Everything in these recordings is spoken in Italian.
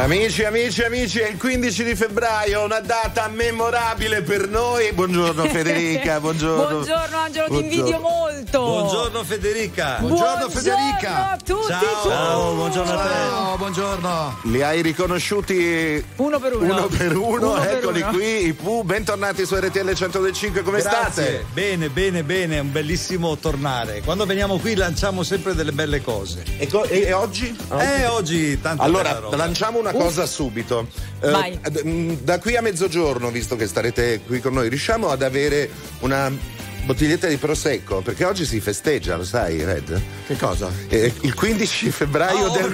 Amici, è il 15 di febbraio, una data memorabile per noi. Buongiorno Federica, buongiorno. Buongiorno Angelo, ti invidio molto. Buongiorno Federica. Buongiorno Federica. a tutti. Ciao, buongiorno a te. Ciao, buongiorno. Li hai riconosciuti Uno per uno. Eccoli qui, i Pooh, bentornati su RTL 105, come state? Bene, è un bellissimo tornare. Quando veniamo qui lanciamo sempre delle belle cose. E oggi? Oggi tanta Allora, bella roba. lanciamo una cosa subito. Vai. Da qui a mezzogiorno, visto che starete qui con noi, riusciamo ad avere una bottiglietta di prosecco? Perché oggi si festeggia, lo sai, Red? Che cosa? Il 15 febbraio del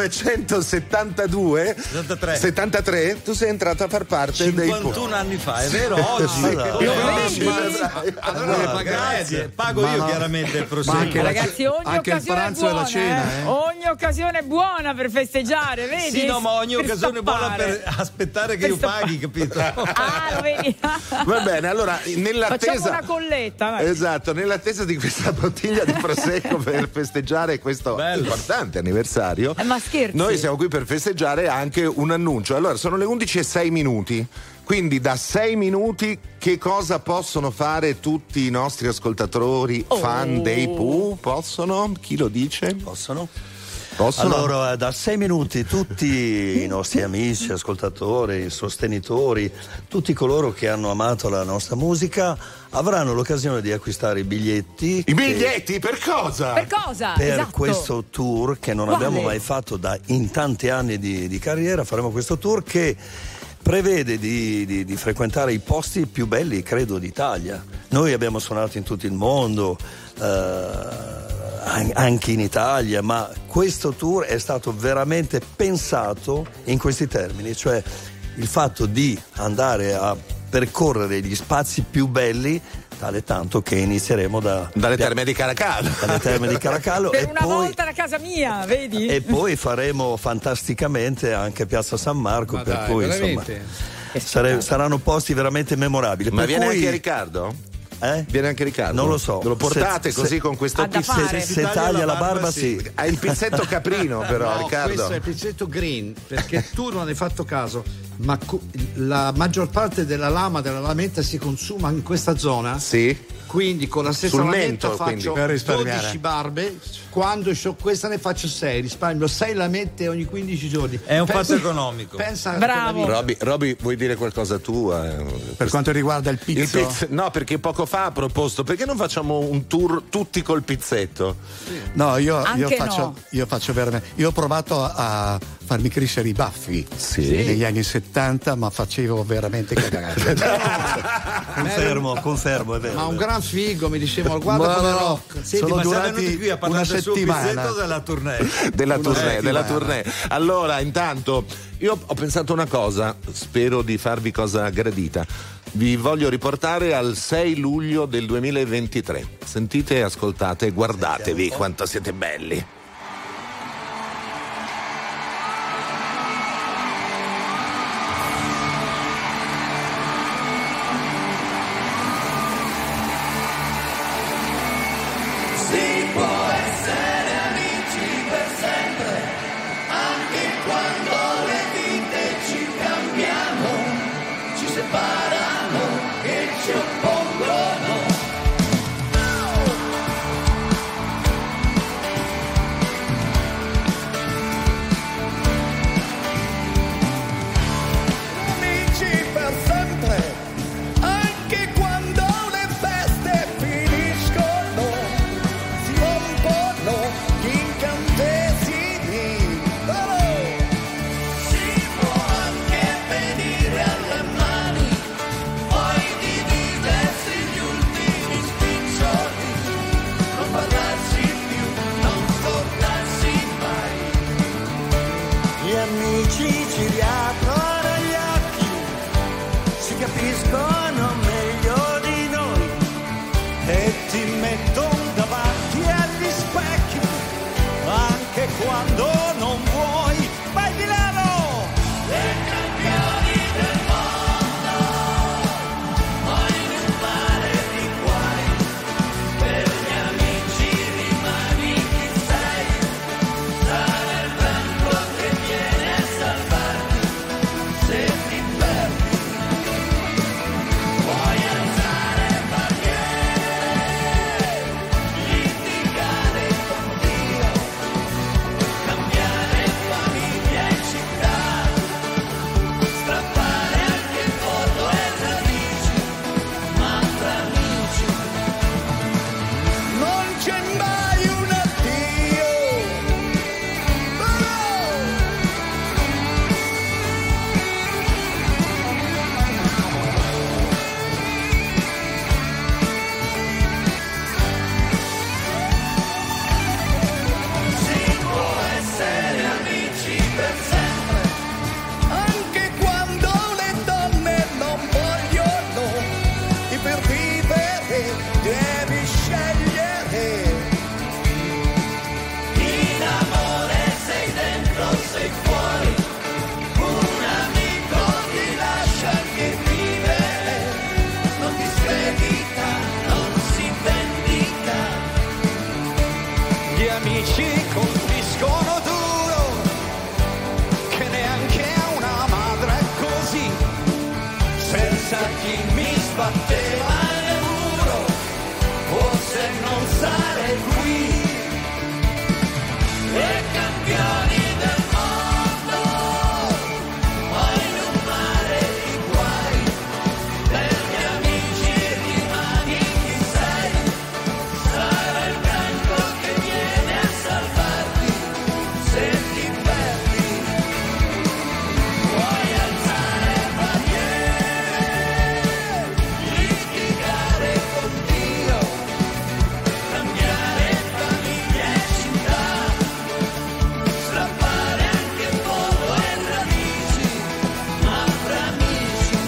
1972 73 tu sei entrato a far parte dei 51 anni fa, è vero? Oggi. Allora, grazie. Pago io chiaramente il prosecco. Ragazzi, ogni anche il occasione è pranzo e la buona, cena, Ogni occasione è buona per festeggiare, vedi? Sì, no, ma ogni Per occasione è buona stappare. per aspettare che io paghi, capito? Lo vedi? Va bene, allora nell'attesa Facciamo una colletta, vai. Esatto, nell'attesa di questa bottiglia di prosecco per festeggiare questo importante anniversario. Ma scherzi? Noi siamo qui per festeggiare anche un annuncio. Allora, sono le 11:06. Quindi da 6 minuti che cosa possono fare tutti i nostri ascoltatori fan dei Pooh? Possono? Chi lo dice? Possono? Possono? Allora, da 6 minuti tutti i nostri amici, ascoltatori, sostenitori, tutti coloro che hanno amato la nostra musica avranno l'occasione di acquistare i biglietti. I biglietti? Per cosa? Per cosa? Per Esatto. questo tour che non Quale? abbiamo mai fatto in tanti anni di carriera. Faremo questo tour che prevede di frequentare i posti più belli, credo, d'Italia. Noi abbiamo suonato in tutto il mondo, anche in Italia, ma questo tour è stato veramente pensato in questi termini, cioè il fatto di andare a percorrere gli spazi più belli, tale tanto che inizieremo dalle Terme di Caracallo. Dalle Terme di Caracallo Per e una poi volta da casa mia, vedi? e poi faremo fantasticamente anche Piazza San Marco, Ma per dai, cui veramente? insomma saranno posti veramente memorabili. Ma per viene cui, anche Riccardo? Viene anche Riccardo? Non lo so. Lo portate Se- così se- con questo Ha da fare. se taglia la barba sì. Hai il pizzetto caprino però, No, Riccardo. questo è il pizzetto green, perché tu non hai fatto caso, ma la maggior parte della lama della lametta si consuma in questa zona. Sì. Quindi con la stessa Sul lametta mento, quindi, faccio per 12 barbe, quando questa ne faccio 6, risparmio 6 lamette ogni 15 giorni. È un fatto economico. Pensa Bravo. Roby, vuoi dire qualcosa tu? Per quanto riguarda il pizzo, No, perché poco fa ha proposto, perché non facciamo un tour tutti col pizzetto? no, io Anche faccio veramente. Io ho provato a farmi crescere i baffi negli anni 70, ma facevo veramente cagare. Confermo, è vero. Ma un gran figo, mi dicevano, guarda come rock. Senti, Sono ma siamo durati venuti qui a una parlare del suo settimana. pizzetto della tournée. Della tournée. Allora, intanto, io ho pensato una cosa, spero di farvi cosa gradita. Vi voglio riportare al 6 luglio del 2023. Sentite, ascoltate, guardatevi quanto siete belli. ci colpiscono duro, che neanche una madre così, senza chi mi sbatteva nel muro, forse non sarei qui. E campioni del mondo, poi in un mare di guai, per gli amici rimani chi sei, sarà il vento che viene a salvarti, se ti perdi, puoi alzare bandiere, litigare con Dio, cambiare famiglia e città, strappare anche volo e radici, ma fra amici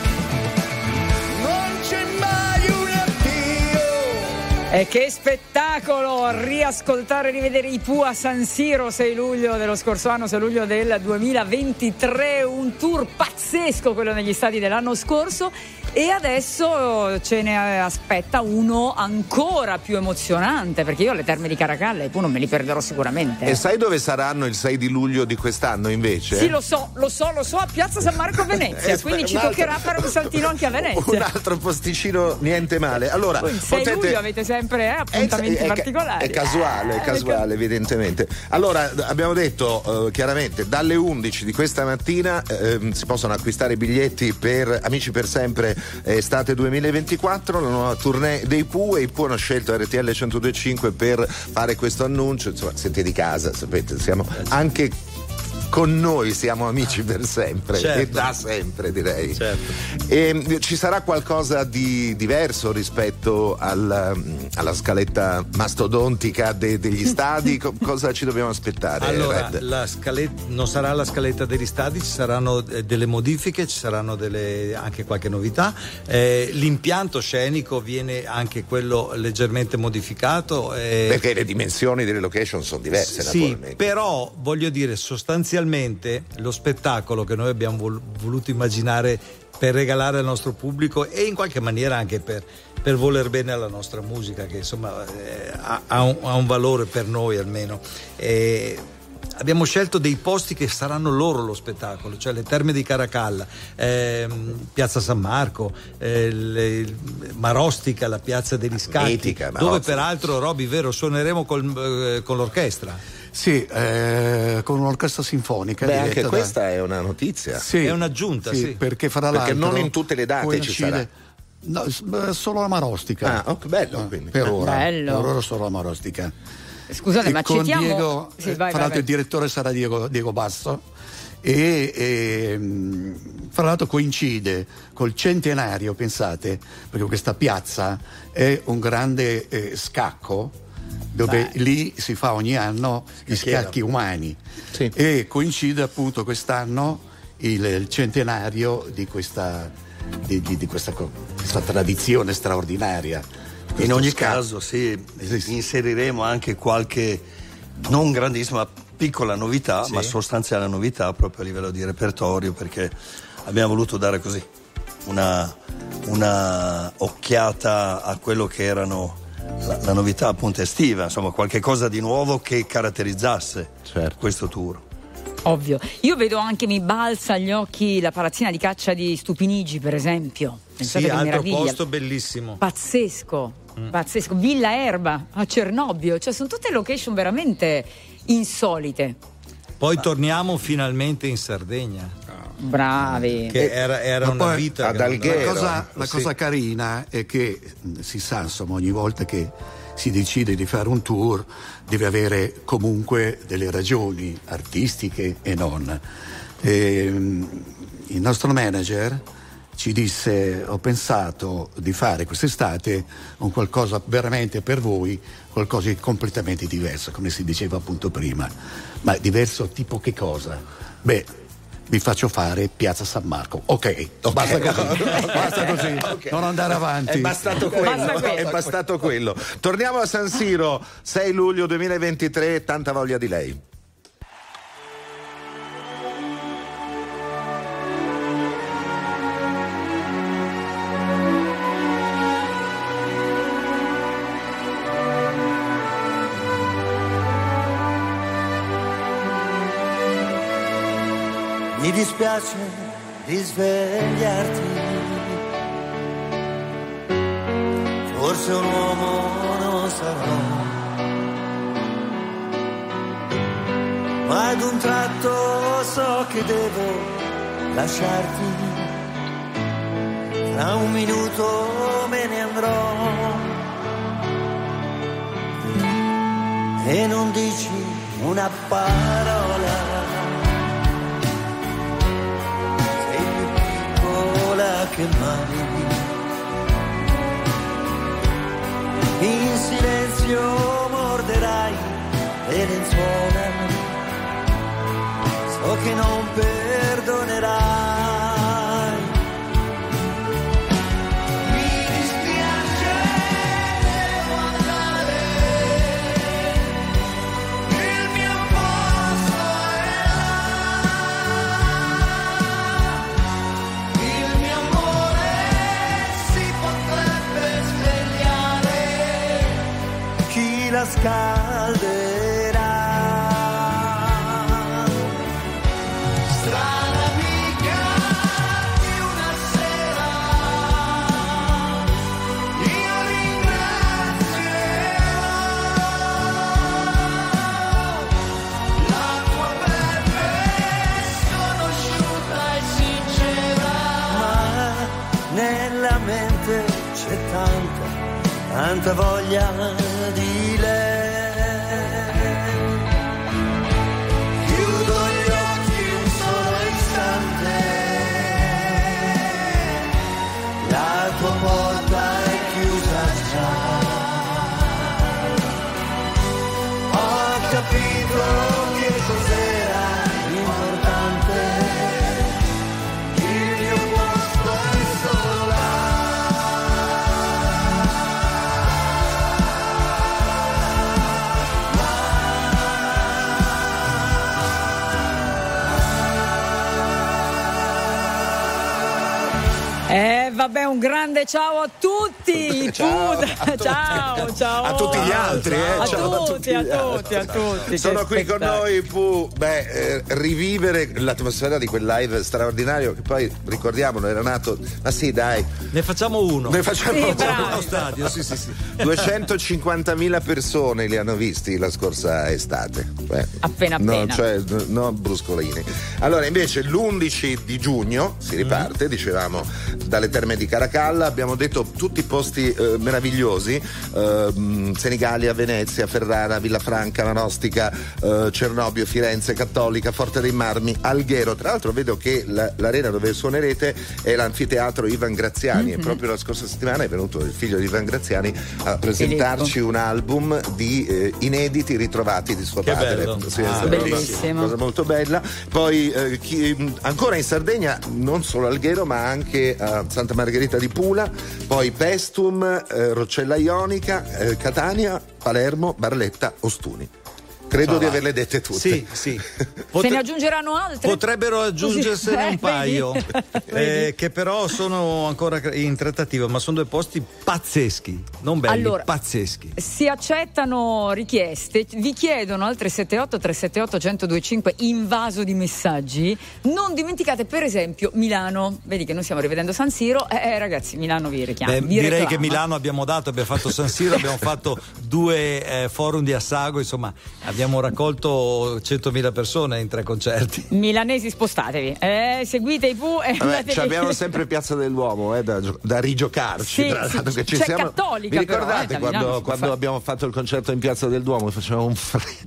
non c'è mai un addio. E che spettacolo! Riascoltare e rivedere i Pooh a San Siro 6 luglio dello scorso anno, 6 luglio del 2023, un tour pazzesco quello negli stadi dell'anno scorso, e adesso ce ne aspetta uno ancora più emozionante, perché io alle Terme di Caracalla i Pooh non me li perderò sicuramente. E sai dove saranno il 6 di luglio di quest'anno invece? Sì, lo so, a Piazza San Marco a Venezia, quindi ci toccherà fare un saltino anche a Venezia. Un altro posticino niente male. Allora, Poi il 6 luglio avete sempre appuntamenti particolari. È casuale, evidentemente. Allora, abbiamo detto chiaramente dalle 11 di questa mattina si possono acquistare i biglietti per Amici per Sempre estate 2024, la nuova tournée dei Pooh, e i Pooh hanno scelto RTL 102.5 per fare questo annuncio. Insomma, siete di casa, sapete, siamo anche con noi, siamo amici per sempre, certo. E da sempre, direi. Certo. E ci sarà qualcosa di diverso rispetto alla scaletta mastodontica degli stadi? Cosa ci dobbiamo aspettare? Allora, Red? la scaletta non sarà la scaletta degli stadi, ci saranno delle modifiche, ci saranno anche qualche novità. L'impianto scenico viene anche quello leggermente modificato. Perché le dimensioni delle location sono diverse, sì, naturalmente. però voglio dire, sostanzialmente lo spettacolo che noi abbiamo voluto immaginare per regalare al nostro pubblico, e in qualche maniera anche per voler bene alla nostra musica, che insomma ha un valore per noi almeno. Abbiamo scelto dei posti che saranno loro lo spettacolo, cioè le Terme di Caracalla, Piazza San Marco, Marostica, la Piazza degli Scacchi, Mitica, dove peraltro, Roby, vero, suoneremo con l'orchestra. Sì, con un'orchestra sinfonica. Beh, anche questa è una notizia. Sì, è un'aggiunta, sì. Perché fra l'altro non in tutte le date ci sarà. No, solo la Marostica. Bello, quindi. Per ora. Bello. Per ora solo la Marostica. Scusate, ma con citiamo Diego, vai. Il direttore sarà Diego Basso, e fra l'altro coincide col centenario, pensate, perché questa piazza è un grande scacco dove lì si fa ogni anno gli scacchi umani, sì. E coincide appunto quest'anno il centenario di questa tradizione straordinaria. In ogni caso inseriremo anche qualche non grandissima, piccola novità, ma sostanziale novità proprio a livello di repertorio, perché abbiamo voluto dare così una occhiata a quello che erano la novità appunto estiva, insomma qualche cosa di nuovo che caratterizzasse questo tour. Ovvio. Io vedo anche, mi balza agli occhi la palazzina di caccia di Stupinigi, per esempio. Pensate che altro meraviglia. posto bellissimo. Pazzesco. Villa Erba a Cernobbio, cioè sono tutte location veramente insolite. Poi torniamo finalmente in Sardegna. Bravi. Che era una vita ad Alghero. La cosa carina è che si sa, insomma, ogni volta che si decide di fare un tour deve avere comunque delle ragioni artistiche e non. Il nostro manager ci disse: ho pensato di fare quest'estate un qualcosa veramente per voi, qualcosa di completamente diverso, come si diceva appunto prima. Ma diverso tipo che cosa? Beh, vi faccio fare Piazza San Marco. Ok, basta così. Basta così. Okay. Non andare avanti. È bastato quello. Torniamo a San Siro, 6 luglio 2023, tanta voglia di lei. mi dispiace di svegliarti. Forse un uomo non sarò, ma ad un tratto so che devo lasciarti. Tra un minuto me ne andrò e non dici una parola. Sei più piccola che mai. In silenzio morderai le lenzuola. So che non perdonerai. Mi dispiace, devo andare. Il mio posto è là. Il mio amore si potrebbe svegliare. Chi la scalderà? Strana amica di una sera, io ringrazierò la tua pelle sconosciuta e sincera. Ma nella mente c'è tanta voglia di lei. Chiudo gli occhi un solo istante, la tua porta è chiusa già. Ho capito che cos'era importante, il mio posto è solo là. Vabbè, un grande ciao a tutti. Ciao. Ciao. A tutti gli altri, A ciao tutti. Sono qui con noi Pooh. Rivivere l'atmosfera di quel live straordinario che poi ricordiamolo era nato. Ma sì, dai. Ne facciamo uno. Ne facciamo Sì, uno. bravo. Allo stadio, sì. 250.000 persone li hanno visti la scorsa estate. Appena. No, bruscolini. Allora, invece, l'11 di giugno si riparte, dicevamo, dalle terme di Caracalla. Abbiamo detto tutti posti meravigliosi: Senigallia, Venezia, Ferrara, Villafranca, Manostica, Cernobbio, Firenze, Cattolica, Forte dei Marmi, Alghero. Tra l'altro vedo che l'arena dove suonerete è l'anfiteatro Ivan Graziani e proprio la scorsa settimana è venuto il figlio di Ivan Graziani a presentarci un album di inediti ritrovati di suo Che padre. bello. Sì, è stata bellissimo. una cosa molto bella. Poi ancora in Sardegna, non solo Alghero ma anche Santa Margherita di Pula, poi Pestum, Roccella Ionica, Catania, Palermo, Barletta, Ostuni. Credo di averle dette tutte. Sì. Se ne aggiungeranno altre? Potrebbero aggiungersene un paio, Vedi? che però sono ancora in trattativa, ma sono due posti pazzeschi, non belli, Allora, pazzeschi. Si accettano richieste, vi chiedono al 378-378-1025 invaso di messaggi. Non dimenticate per esempio Milano, vedi che noi stiamo rivedendo San Siro, ragazzi, Milano vi richiama. vi Direi reclama. che Milano abbiamo fatto San Siro, abbiamo fatto 2 forum di Assago, insomma abbiamo raccolto 100.000 persone in 3 concerti. Milanesi, spostatevi, seguite i Pooh e andatevi. Abbiamo sempre Piazza dell'uomo da rigiocarci. Sì, tra l'altro, sì, che ci c'è siamo. Cattolica, Vi però, ricordate da Milano si può quando fare. abbiamo fatto il concerto in Piazza del Duomo? Faceva un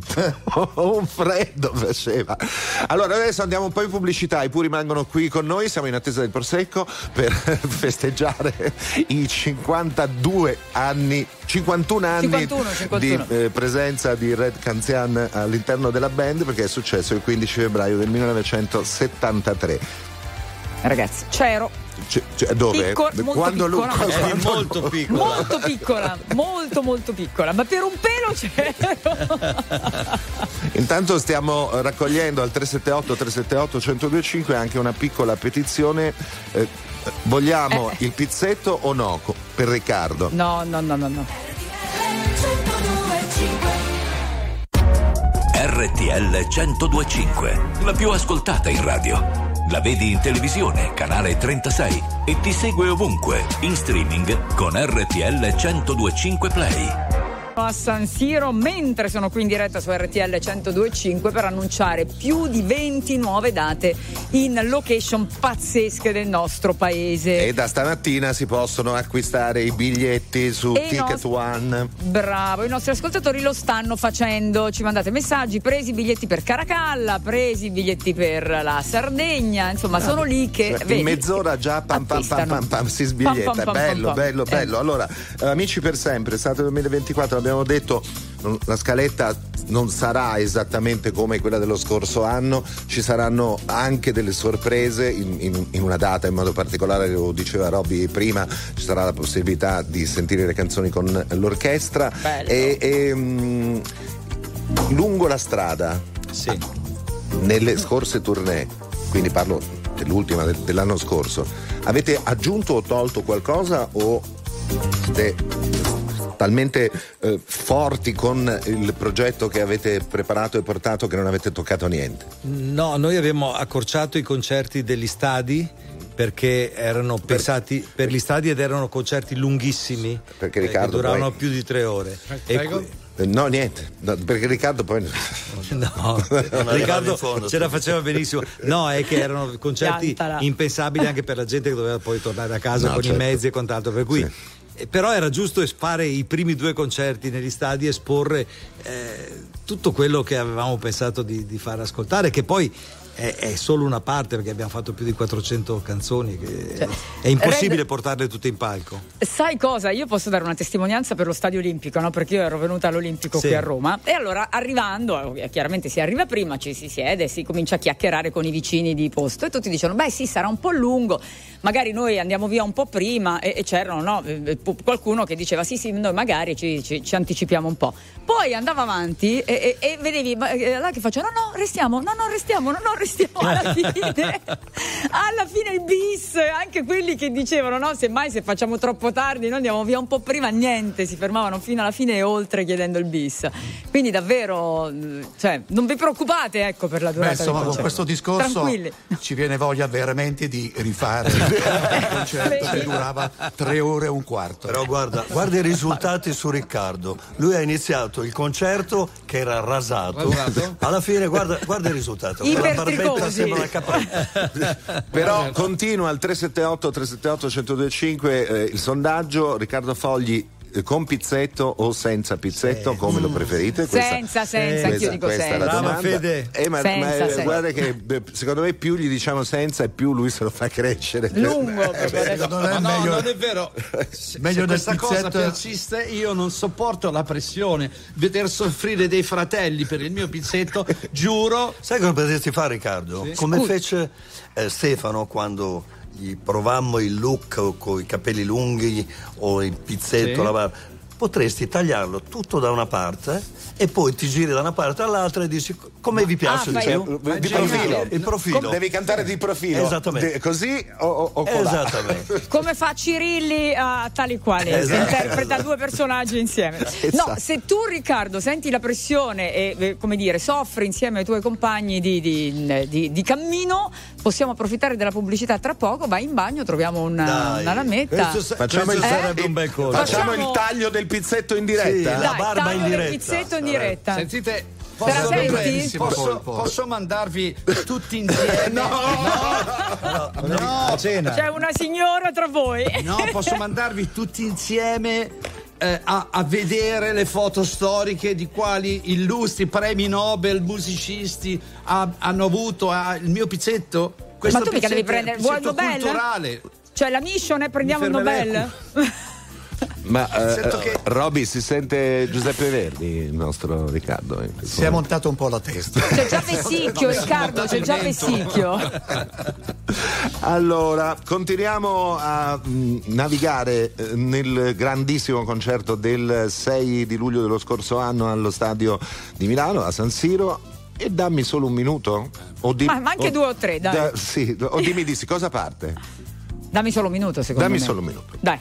freddo faceva. Allora adesso andiamo un po' in pubblicità. I Pooh rimangono qui con noi, siamo in attesa del prosecco per festeggiare i 51 anni 51 di presenza di Red Canzian all'interno della band, perché è successo il 15 febbraio del 1973. Ragazzi, c'ero. Dove? Molto Molto piccola. Molto piccola, molto piccola, ma per un pelo c'ero. Intanto stiamo raccogliendo al 378-378-1025 anche una piccola petizione. Vogliamo il pizzetto o no? Per Riccardo. No. RTL 102.5, la più ascoltata in radio. La vedi in televisione, canale 36, e ti segue ovunque, in streaming con RTL 102.5 Play. A San Siro, mentre sono qui in diretta su RTL 102.5 per annunciare più di 20 nuove date in location pazzesche del nostro paese. E da stamattina si possono acquistare i biglietti su Ticket One. Bravo, i nostri ascoltatori lo stanno facendo. Ci mandate messaggi: presi i biglietti per Caracalla, presi i biglietti per la Sardegna, insomma sono lì che in vedi, mezz'ora già si sbiglietta. Bello. Allora, amici per sempre, estate 2024, abbiamo detto la scaletta non sarà esattamente come quella dello scorso anno, ci saranno anche delle sorprese in una data in modo particolare, lo diceva Robby prima, ci sarà la possibilità di sentire le canzoni con l'orchestra e lungo la strada, nelle scorse tournée, quindi parlo dell'ultima dell'anno scorso, avete aggiunto o tolto qualcosa o siete talmente forti con il progetto che avete preparato e portato che non avete toccato niente? No, noi abbiamo accorciato i concerti degli stadi perché erano pensati per gli stadi ed erano concerti lunghissimi, perché Riccardo che duravano poi... più di 3 ore. No, niente, perché Riccardo poi no, Riccardo ce la faceva benissimo. No, è che erano concerti impensabili anche per la gente che doveva poi tornare a casa con i mezzi e quant'altro, per cui però era giusto fare i primi 2 concerti negli stadi e esporre tutto quello che avevamo pensato di far ascoltare, che poi è solo una parte, perché abbiamo fatto più di 400 canzoni che è impossibile portarle tutte in palco. Sai cosa? Io posso dare una testimonianza per lo Stadio Olimpico, no? Perché io ero venuta all'Olimpico qui a Roma, e allora arrivando, chiaramente si arriva prima, ci si siede, si comincia a chiacchierare con i vicini di posto e tutti dicono beh sì, sarà un po' lungo, magari noi andiamo via un po' prima, e c'erano qualcuno che diceva sì, noi magari ci anticipiamo un po', poi andava avanti e vedevi là che faceva no restiamo alla fine il bis, anche quelli che dicevano no, semmai se facciamo troppo tardi noi andiamo via un po' prima, niente, si fermavano fino alla fine e oltre chiedendo il bis, quindi davvero non vi preoccupate, ecco, per la durata. Insomma, con questo discorso tranquilli, ci viene voglia veramente di rifare il concerto che durava 3 ore e un quarto. Però guarda i risultati su Riccardo, lui ha iniziato il concerto che era rasato. Alla fine guarda il risultato, la barbetta sembra una capretta. Però continua al 378-102.5 il sondaggio. Riccardo Fogli con pizzetto o senza pizzetto, come lo preferite? Senza, anch'io dico senza. Brava Fede. Ma guarda che secondo me più gli diciamo senza e più lui se lo fa crescere. Lungo. Non è vero. Meglio se questa del cosa pizzetto. persiste, io non sopporto la pressione, veder soffrire dei fratelli per il mio pizzetto, giuro. Sai cosa potresti fare, Riccardo? Come fece Stefano quando gli provammo il look con i capelli lunghi o il pizzetto, la barba. Potresti tagliarlo tutto da una parte e poi ti giri da una parte all'altra e dici come vi piace di profilo. Il profilo. Devi cantare di profilo. Esattamente. Così o colà. Esattamente. Come fa Cirilli a tali quali, interpreta 2 personaggi insieme. No, se tu, Riccardo, senti la pressione e come dire soffri insieme ai tuoi compagni di cammino, possiamo approfittare della pubblicità tra poco. Vai in bagno, troviamo una lametta. Facciamo sarebbe un bel colpo. Facciamo il taglio del pizzetto in diretta. Sì, la barba in diretta. Del pizzetto in diretta. Sentite, posso mandarvi tutti insieme? No. Cena. C'è una signora tra voi. No, posso mandarvi tutti insieme a vedere le foto storiche di quali illustri premi Nobel musicisti hanno avuto il mio pizzetto. Ma tu mica devi prendere vuoi il Nobel? Culturale. Cioè la mission è prendiamo il Nobel? Ma Robby, si sente Giuseppe Verdi, il nostro Riccardo? Si è montato un po' la testa. C'è già Vessicchio, Riccardo, c'è già Vessicchio. Allora, continuiamo a navigare nel grandissimo concerto del 6 di luglio dello scorso anno allo stadio di Milano, a San Siro. E dammi solo un minuto? Ma anche 2 o 3, dai. O dimmi cosa parte? Dammi solo un minuto, secondo me. Dammi solo un minuto. Dai.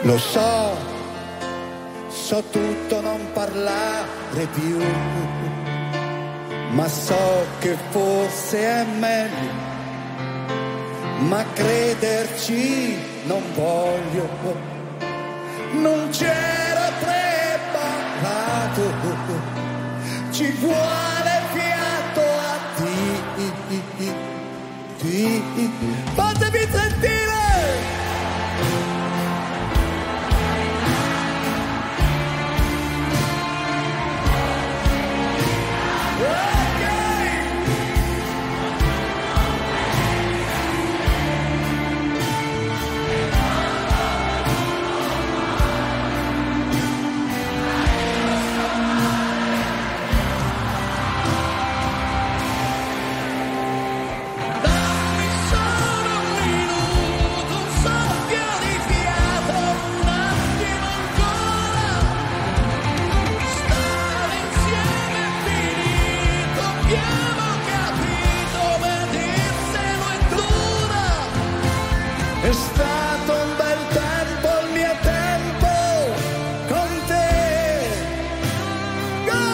Lo so tutto, non parlare più, ma so che forse è meglio, ma crederci non voglio, non c'era preparato, ci vuole fiato a ti, fatemi sentire. È stato un bel tempo il mio tempo con te. Go!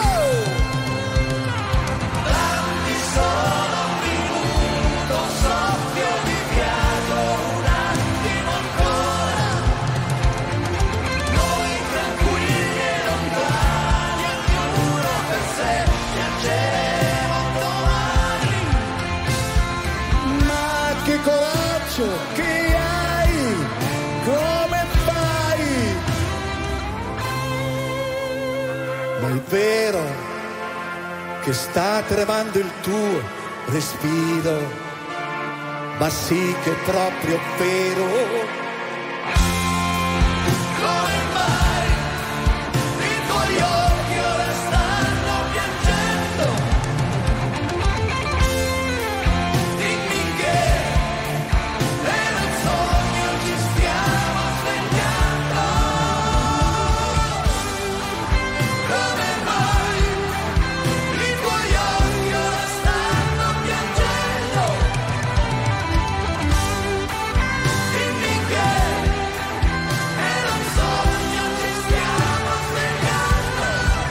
Dammi solo un minuto, un soffio di fiato, un attimo ancora. Noi tranquilli e lontani, ognuno per sé, piangeremo domani. Ma che coraggio che come fai? Ma è vero che sta tremando il tuo respiro, ma sì che è proprio vero. Come mai i tuoi occhi ora stanno piangendo? Dimmi che era un sogno, ci stiamo svegliando. Come mai i tuoi occhi ora stanno piangendo? Dimmi che era un sogno, ci stiamo svegliando.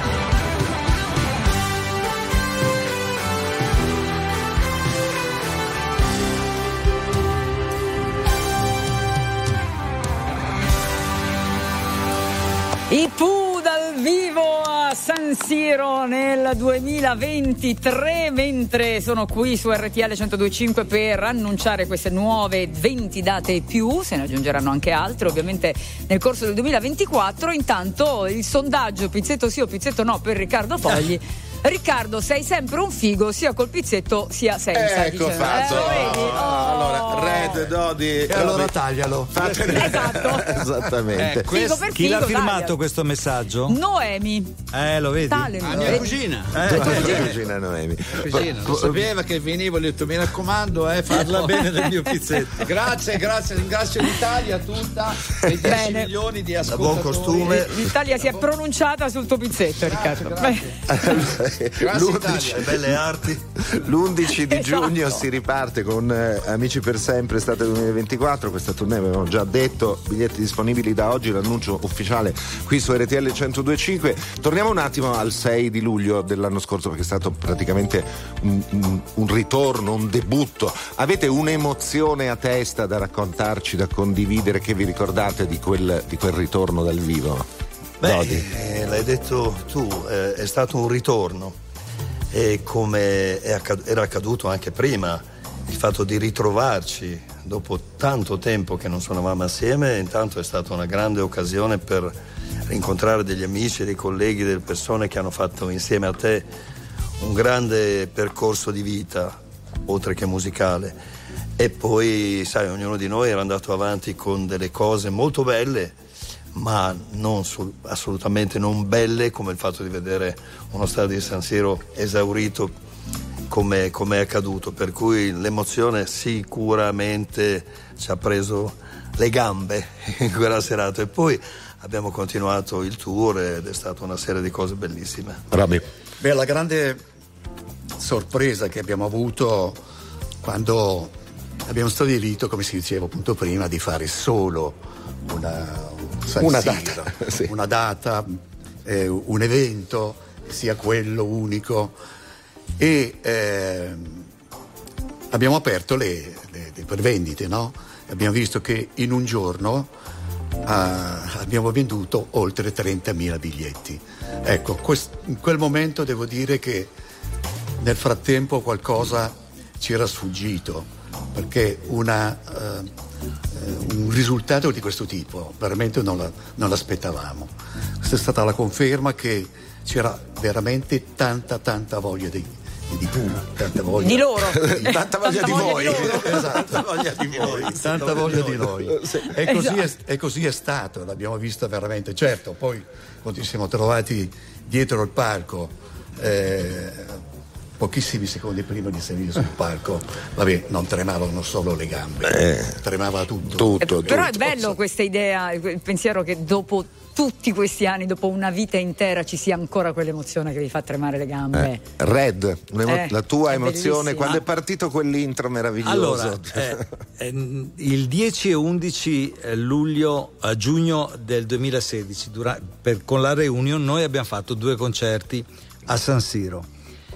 I Pooh dal vivo a San Siro nel 2023, mentre sono qui su RTL 102.5 per annunciare queste nuove 20 date più, se ne aggiungeranno anche altre ovviamente nel corso del 2024. Intanto il sondaggio pizzetto sì o pizzetto no per Riccardo Fogli. Riccardo, sei sempre un figo sia col pizzetto sia senza. Ecco dice. fatto. Lo vedi? Allora, Red, Dodi. E allora taglialo. Esatto. Esattamente. Figo per Chi l'ha figo, firmato taglialo. questo messaggio? Noemi. Lo vedi? Tale, Mia cugina. Cugina Noemi. Cugina, non sapeva che venivo, gli ho detto mi raccomando, Parla bene del mio pizzetto. Grazie, ringrazio l'Italia tutta e 10 Bene. milioni di Da ascoltatori. buon costume. L'Italia si è pronunciata sul tuo pizzetto, Riccardo. Grazie Italia. Le belle arti. L'11 di Esatto. giugno si riparte con Amici per sempre estate 2024. Questa tournée avevamo già detto, biglietti disponibili da oggi, l'annuncio ufficiale qui su RTL 102.5. Torniamo un attimo al 6 di luglio dell'anno scorso, perché è stato praticamente un ritorno, un debutto. Avete un'emozione a testa da raccontarci, da condividere, che vi ricordate di quel ritorno dal vivo? Dodi. L'hai detto tu, è stato un ritorno. E come era accaduto anche prima, il fatto di ritrovarci dopo tanto tempo che non suonavamo assieme, intanto è stata una grande occasione per rincontrare degli amici, dei colleghi, delle persone che hanno fatto insieme a te un grande percorso di vita, oltre che musicale. E poi, sai, ognuno di noi era andato avanti con delle cose molto belle, ma assolutamente non belle come il fatto di vedere uno stadio di San Siro esaurito come è accaduto, per cui l'emozione sicuramente ci ha preso le gambe in quella serata e poi abbiamo continuato il tour ed è stata una serie di cose bellissime. Robby. Beh, la grande sorpresa che abbiamo avuto quando abbiamo stabilito, come si diceva appunto prima, di fare solo San Una Siro, data, sì. una data, un evento, sia quello unico, e abbiamo aperto le prevendite, no? Abbiamo visto che in un giorno abbiamo venduto oltre 30.000 biglietti. Ecco, in quel momento devo dire che nel frattempo qualcosa ci era sfuggito, perché un risultato di questo tipo veramente non l'aspettavamo. Questa è stata la conferma che c'era veramente tanta voglia di tanta voglia di loro, tanta voglia di voi. Esatto, voglia di voi, tanta voglia di noi. E così è stato, l'abbiamo vista veramente. Certo, poi quando ci siamo trovati dietro il palco, pochissimi secondi prima di salire sul palco, vabbè, non tremavano solo le gambe, tremava tutto. Però è bello questa idea, il pensiero che dopo tutti questi anni, dopo una vita intera, ci sia ancora quell'emozione che vi fa tremare le gambe. Red, la tua emozione bellissima. quando è partito quell'intro meraviglioso. Allora, il 10 e 11 giugno del 2016, con la Reunion, noi abbiamo fatto 2 concerti a San Siro.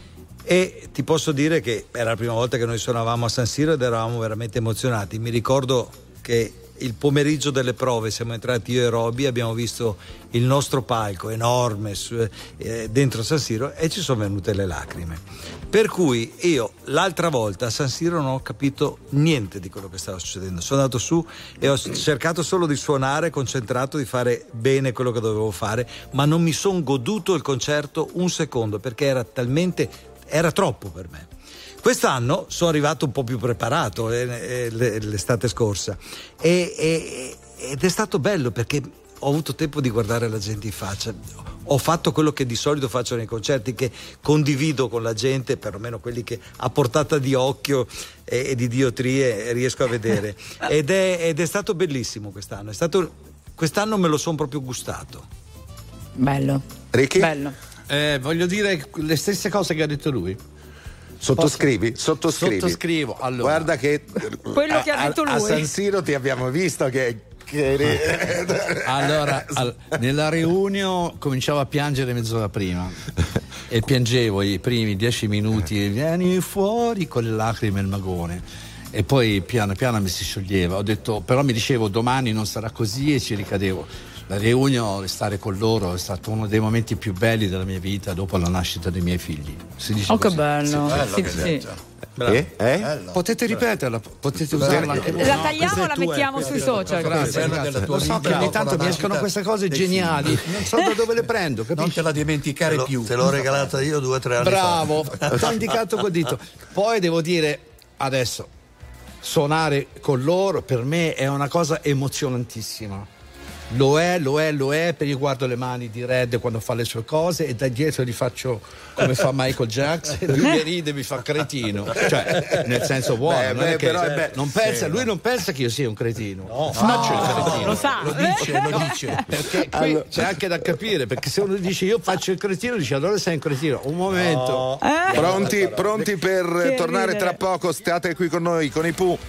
E ti posso dire che era la prima volta che noi suonavamo a San Siro ed eravamo veramente emozionati. Mi ricordo che il pomeriggio delle prove siamo entrati io e Roby, abbiamo visto il nostro palco enorme dentro San Siro e ci sono venute le lacrime. Per cui io l'altra volta a San Siro non ho capito niente di quello che stava succedendo. Sono andato su e ho cercato solo di suonare, concentrato, di fare bene quello che dovevo fare, ma non mi sono goduto il concerto un secondo, perché era troppo per me. Quest'anno sono arrivato un po' più preparato l'estate scorsa ed è stato bello perché ho avuto tempo di guardare la gente in faccia. Ho fatto quello che di solito faccio nei concerti, che condivido con la gente, perlomeno quelli che a portata di occhio e di diotrie riesco a vedere, ed è stato bellissimo quest'anno. Quest'anno me lo sono proprio gustato. Bello. Ricky? Bello. Voglio dire le stesse cose che ha detto lui. Sottoscrivi? Sottoscrivo. Allora, guarda che quello che ha detto lui. A San Siro ti abbiamo visto che allora, nella Reunion cominciavo a piangere mezz'ora prima e piangevo i primi 10 minuti, vieni fuori con le lacrime il magone, e poi piano piano mi si scioglieva. Ho detto, però mi dicevo domani non sarà così, e ci ricadevo. La Reunion, stare con loro, è stato uno dei momenti più belli della mia vita dopo la nascita dei miei figli. Si dice che così. bello. Sì. Potete ripeterla, potete usarla anche voi. La tagliamo o la mettiamo sui social? Grazie. Lo so che ogni tanto mi escono queste cose geniali, non so da dove le prendo, capisci? Non te la dimenticare più. Te l'ho regalata io 2 o 3 anni fa. Bravo, ti ho indicato col dito. Poi devo dire, adesso, suonare con loro per me è una cosa emozionantissima. Lo è, perché io guardo le mani di Red quando fa le sue cose e da dietro gli faccio come fa Michael Jackson, lui mi ride e mi fa cretino, cioè nel senso buono. Non è che non pensa, lui non pensa che io sia un cretino, faccio il cretino, lo sa, lo dice. perché qui c'è anche da capire, perché se uno dice io faccio il cretino, dice allora sei un cretino. Un momento. Pronti per tornare tra poco? State qui con noi, con i Pooh.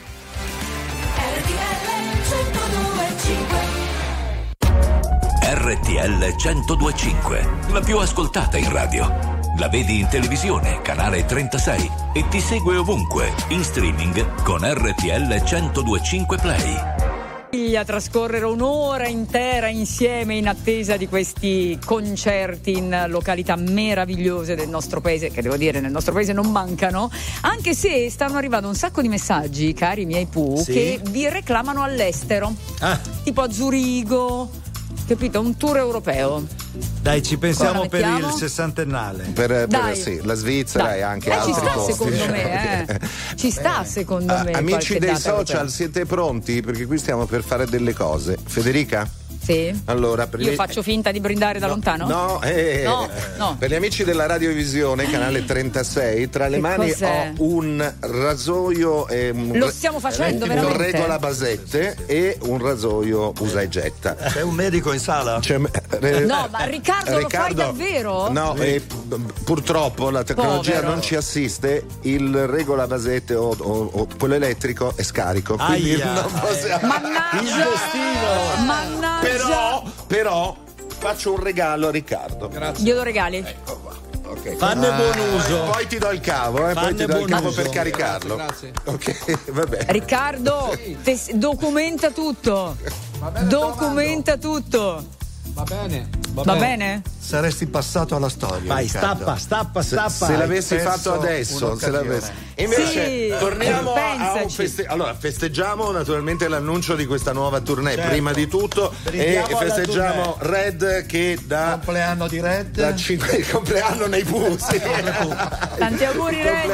RTL 102.5, la più ascoltata in radio. La vedi in televisione, canale 36, e ti segue ovunque, in streaming con RTL 102.5 Play. A trascorrere un'ora intera insieme in attesa di questi concerti in località meravigliose del nostro paese, che devo dire nel nostro paese non mancano, anche se stanno arrivando un sacco di messaggi, cari miei Pooh, che vi reclamano all'estero, tipo a Zurigo, capito? Un tour europeo. Dai, ci pensiamo Ora per il mettiamo? 60ennale. Dai. Sì, la Svizzera Dai. e anche Ci altri sta posti. secondo me, Ci sta secondo me. Amici qualche dei data social, europea. siete pronti? Perché qui stiamo per fare delle cose. Federica? Sì. Allora, Io faccio finta di brindare da lontano? No, no. Per gli amici della radiovisione, canale 36, tra le Che mani cos'è? ho un rasoio e Lo stiamo facendo con veramente? regola basette e un rasoio usa e getta. C'è un medico in sala? No, ma Riccardo, lo fai davvero? No, purtroppo la tecnologia Povero. non ci assiste. Il regola basette o quello elettrico è scarico, quindi Aia. non possiamo. Mannaggia! Mannaggia! Però faccio un regalo a Riccardo. Grazie. Glielo regali? Ecco qua. Ok. Fanne buon uso. Poi ti do il cavo, poi Fanne ti do il buon cavo uso. per caricarlo. Grazie. Ok, va bene. Riccardo, documenta tutto. Documenta tutto. Va bene. Va bene? Saresti passato alla storia. Vai, Riccardo. stappa. Se l'avessi perso fatto adesso, se un'occasione. l'avessi. Invece Sì, torniamo a un pensaci. Allora, festeggiamo naturalmente l'annuncio di questa nuova tournée, Certo. prima di tutto, e Brindiamo alla festeggiamo Red che da Compleanno di Red. il compleanno nei Pusi. Tanti auguri, Red.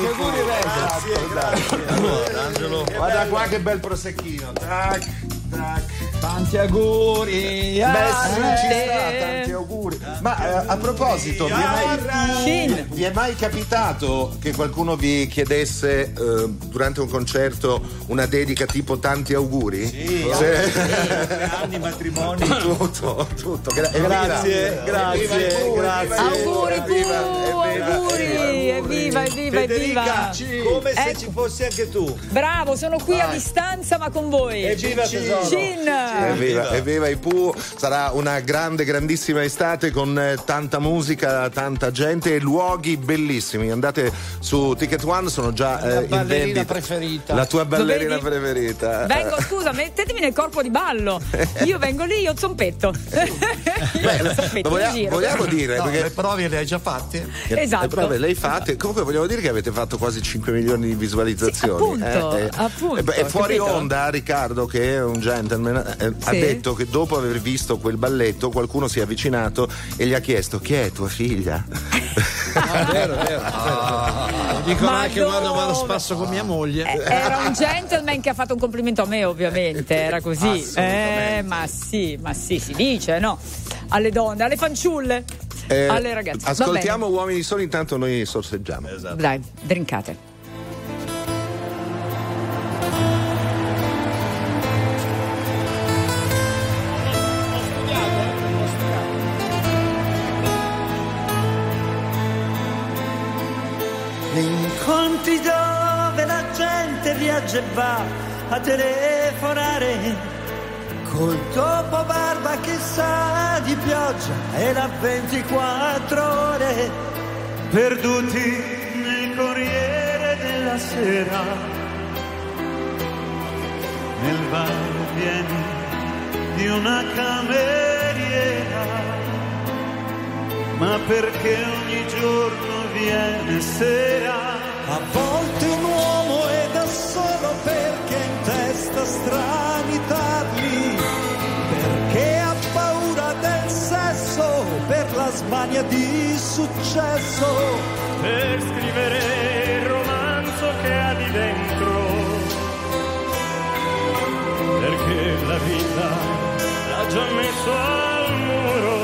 Angelo. Guarda qua che bel prosecchino. Tac, tac. Tanti auguri. Beh, sì, ci sta, tanti auguri. Ma a proposito, vi è mai capitato che qualcuno vi chiedesse durante un concerto una dedica tipo tanti auguri? Sì, anni, matrimoni. Tutto. Grazie. Auguri, evviva. Federica, come se Ecco. ci fossi anche tu. Bravo, sono qui a distanza ma con voi. Evviva tesoro. Gin. Evviva i Pooh, sarà una grandissima estate con tanta musica, tanta gente e luoghi bellissimi. Andate su Ticket One, sono già in ballerina vendita. preferita. La tua ballerina Lo vedi? preferita. Vengo, scusa, mettetemi nel corpo di ballo. Io vengo lì, io zompetto. Vogliamo dire No, perché le prove le hai già fatte? Esatto. le prove le hai fatte. Comunque vogliamo dire che avete fatto quasi 5 milioni di visualizzazioni. Sì, appunto, E fuori capito? onda Riccardo, che è un gentleman, ha Sì. detto che dopo aver visto quel balletto qualcuno si è avvicinato e gli ha chiesto: chi è tua figlia? Vero. Dicono Ma anche quando dove? vado a spasso con mia moglie. Era un gentleman che ha fatto un complimento a me, ovviamente. Era così. Ma sì, si dice, no? Alle donne, alle fanciulle, alle ragazze. Va Ascoltiamo Uomini Soli, intanto noi sorseggiamo. bene. Dai, drinkate. Incontri dove la gente viaggia e va a telefonare col topo barba che sa di pioggia e da 24 ore perduti nel Corriere della Sera, nel va e vieni di una cameriera, ma perché ogni giorno viene sera. A volte un uomo è da solo perché ha in testa strani tarli, perché ha paura del sesso, per la smania di successo, per scrivere il romanzo che ha di dentro, perché la vita l'ha già messo al muro,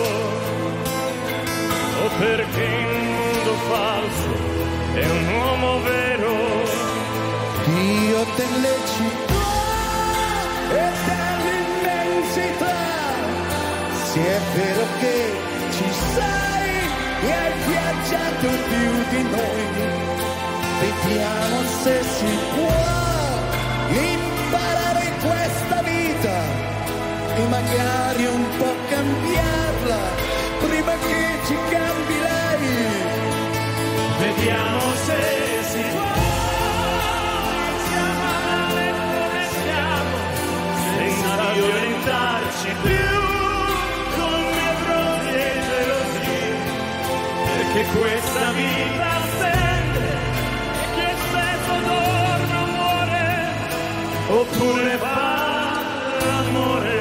o perché in mondo falso è un uomo vero. Dio delle città e dell'immensità, se è vero che ci sei e hai viaggiato più di noi, vediamo se si può imparare in questa vita e magari un po' cambiarla prima che ci cambi lei. Vediamo se si può. Siamo male come siamo, senza violentarci più con nevrosi e gelosie, perché questa vita stende e chi spesso dorme o muore, oppure fa l'amore.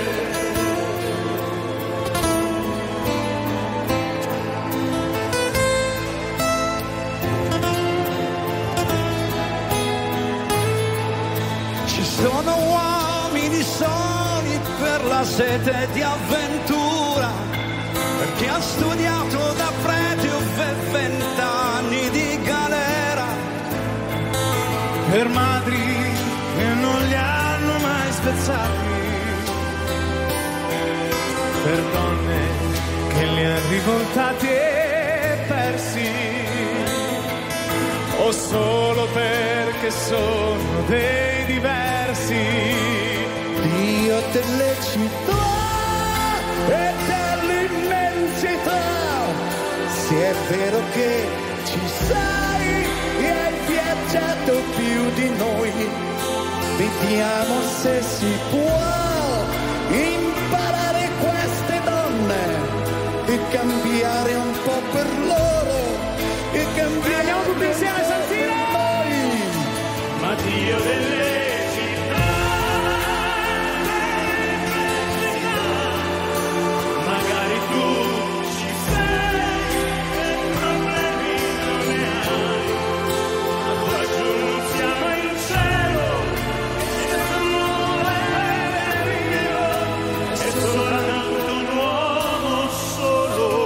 Sono uomini soli per la sete di avventura, perché ha studiato da prete per 20 anni di galera, per madri che non li hanno mai spezzati, per donne che li hanno rivoltati e persi, o solo perché sono dei diversi. Dio delle città è vero che ci sei e hai viaggiato più di noi. Vediamo se si può imparare queste donne e cambiare un po' per loro e cambiare. Andiamo tutti insieme a San Siro! Ma Dio delle città, magari tu ci sei e problemi non ne hai, ma qua giù non siamo in cielo e non è vero, è soltanto un uomo solo.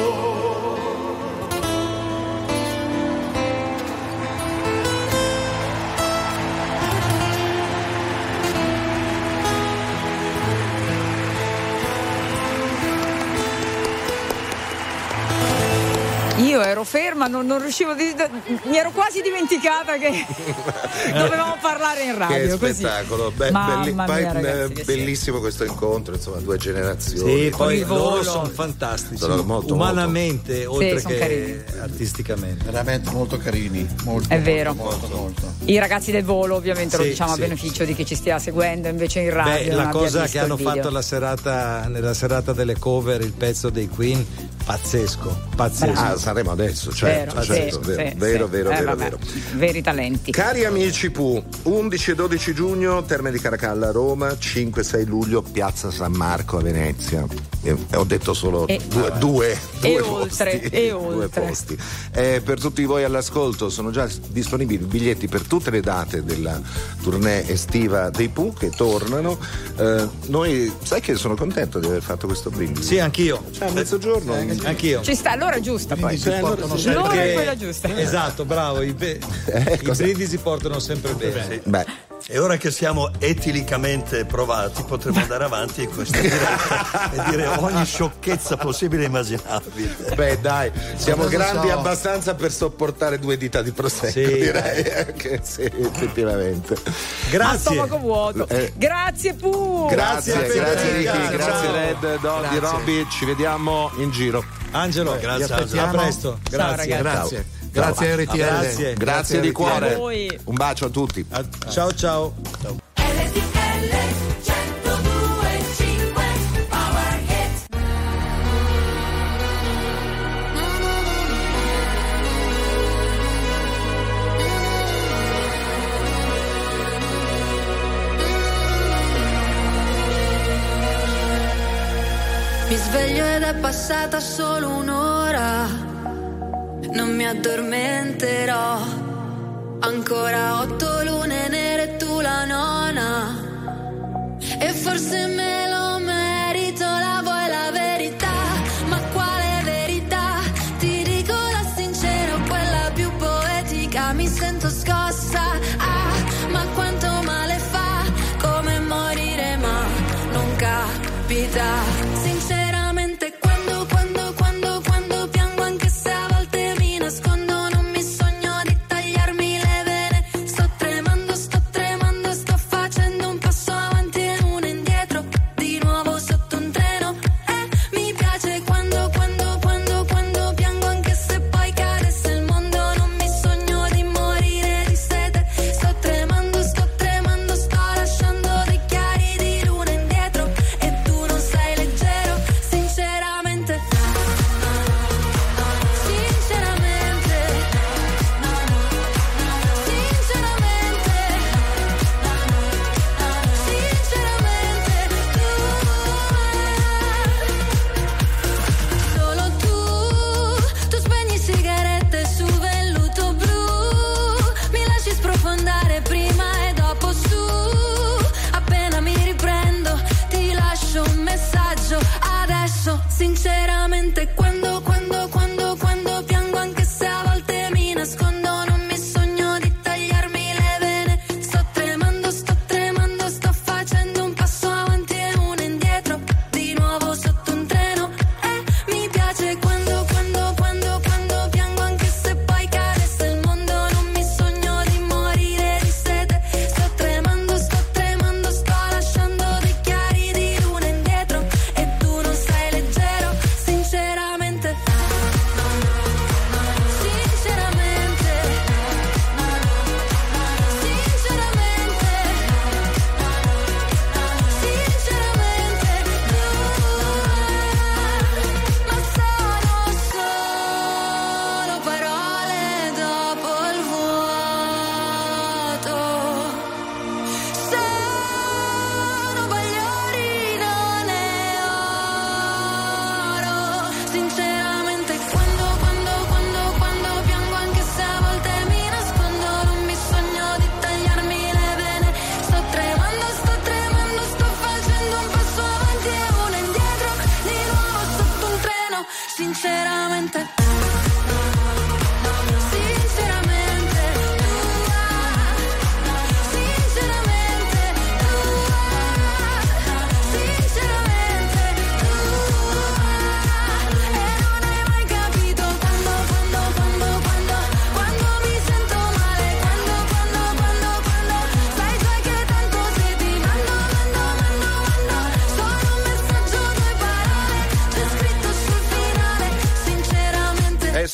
Io ero ferma, non riuscivo mi ero quasi dimenticata che dovevamo parlare in radio. Che spettacolo. Mamma mia, poi, ragazzi, che bellissimo questo incontro, insomma, due generazioni. Sì, poi il loro volo. sono fantastici, Sono molto, umanamente oltre son che carini. artisticamente. Veramente molto carini. Molto, È vero. Molto. I ragazzi del volo, ovviamente, lo Sì, diciamo sì. a beneficio di chi ci stia seguendo invece in radio. Beh, non la abbia cosa visto che hanno il video. fatto nella serata delle cover, il pezzo dei Queen, pazzesco. Ah, saremo adesso, certo, Vero, certo, sì, vero, sì. vero. Vabbè, veri talenti. Cari amici Pooh, 11 e 12 giugno Terme di Caracalla a Roma, 5-6 luglio Piazza San Marco a Venezia. Ho detto solo due oltre, posti, e due oltre. posti. Per tutti voi all'ascolto sono già disponibili biglietti per tutte le date della tournée estiva dei Pooh che tornano. Noi, sai che sono contento di aver fatto questo brindisi. Sì, anch'io. Cioè, a mezzogiorno. Anch'io. Ci sta, l'ora è giusta poi. Perché- L'ora è quella giusta. Esatto, bravo. I brindisi portano sempre bene. Beh. E ora che siamo etilicamente provati, potremo andare avanti in questa diretta e dire ogni sciocchezza possibile e immaginabile. Beh, dai, siamo Non lo grandi so. abbastanza per sopportare 2 dita di prosecco, Sì. direi. Che sì, effettivamente. A Grazie. stomaco vuoto. Grazie Pooh. Grazie Federica. Ricky, grazie Ciao. Red, Doddy, Robby, ci vediamo in giro. Angelo, Grazie, ti aspettiamo. Angelo. A presto. Ciao, Grazie. ragazzi. Grazie RTL. Grazie. Grazie di cuore. A voi. Un bacio a tutti. Ciao ciao. RTL 102.5 Power Hit. Mi sveglio ed è passata solo un'ora, non mi addormenterò. Ancora 8 lune nere e tu la nona, e forse me lo merito, la vuoi la verità? Ma quale verità? Ti dico la sincera, quella più poetica, mi sento scossa. Ah, ma quanto male fa, come morire ma non capita. Sinceramente quando piango, anche se a volte mi nascondo, non mi sogno di tagliarmi le vene. Sto tremando, sto facendo un passo avanti e uno indietro.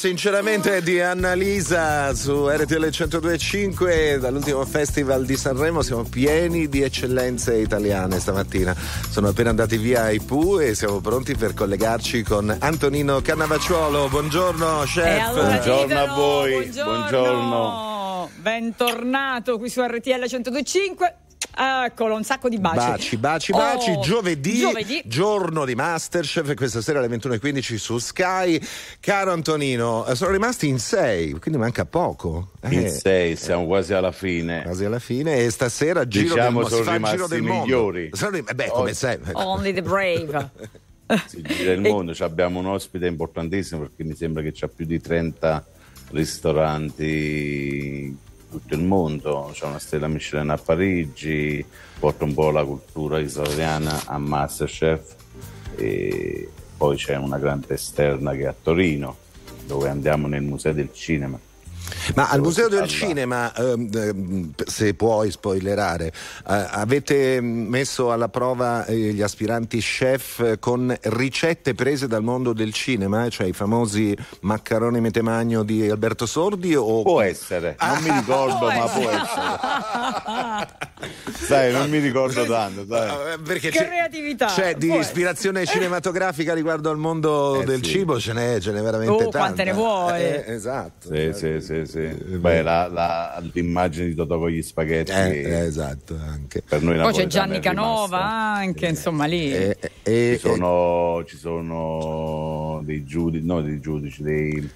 sinceramente di Annalisa su RTL 102.5. Dall'ultimo festival di Sanremo siamo pieni di eccellenze italiane stamattina. Sono appena andati via i Pooh e siamo pronti per collegarci con Antonino Cannavacciuolo. Buongiorno chef. Allora, buongiorno a voi. Buongiorno. Bentornato qui su RTL 102.5. Eccolo, un sacco di baci. Baci. Giovedì, giorno di Masterchef, questa sera alle 21.15 su Sky. Caro Antonino, sono rimasti in 6, quindi manca poco. In 6, siamo quasi alla fine. E stasera diciamo sono rimasti i migliori. Come sempre. Only the brave. Si gira il mondo, abbiamo un ospite importantissimo perché mi sembra che c'ha più di 30 ristoranti tutto il mondo, c'è una stella Michelin a Parigi, porta un po' la cultura israeliana a Masterchef e poi c'è una grande esterna che è a Torino dove andiamo nel Museo del Cinema. Ma al Museo del Cinema, se puoi spoilerare, avete messo alla prova gli aspiranti chef con ricette prese dal mondo del cinema, cioè i famosi maccheroni metemagno di Alberto Sordi? O... Può essere, non mi ricordo, ma può essere. Sai, non mi ricordo tanto. Perché che creatività! C'è di ispirazione cinematografica riguardo al mondo del cibo, ce n'è veramente tanta. Quante ne vuoi? Esatto. Sì. Beh, l'immagine di Totò con gli spaghetti. Esatto, anche. Per noi poi c'è Gianni Canova anche, insomma lì. Ci sono dei giudici, degli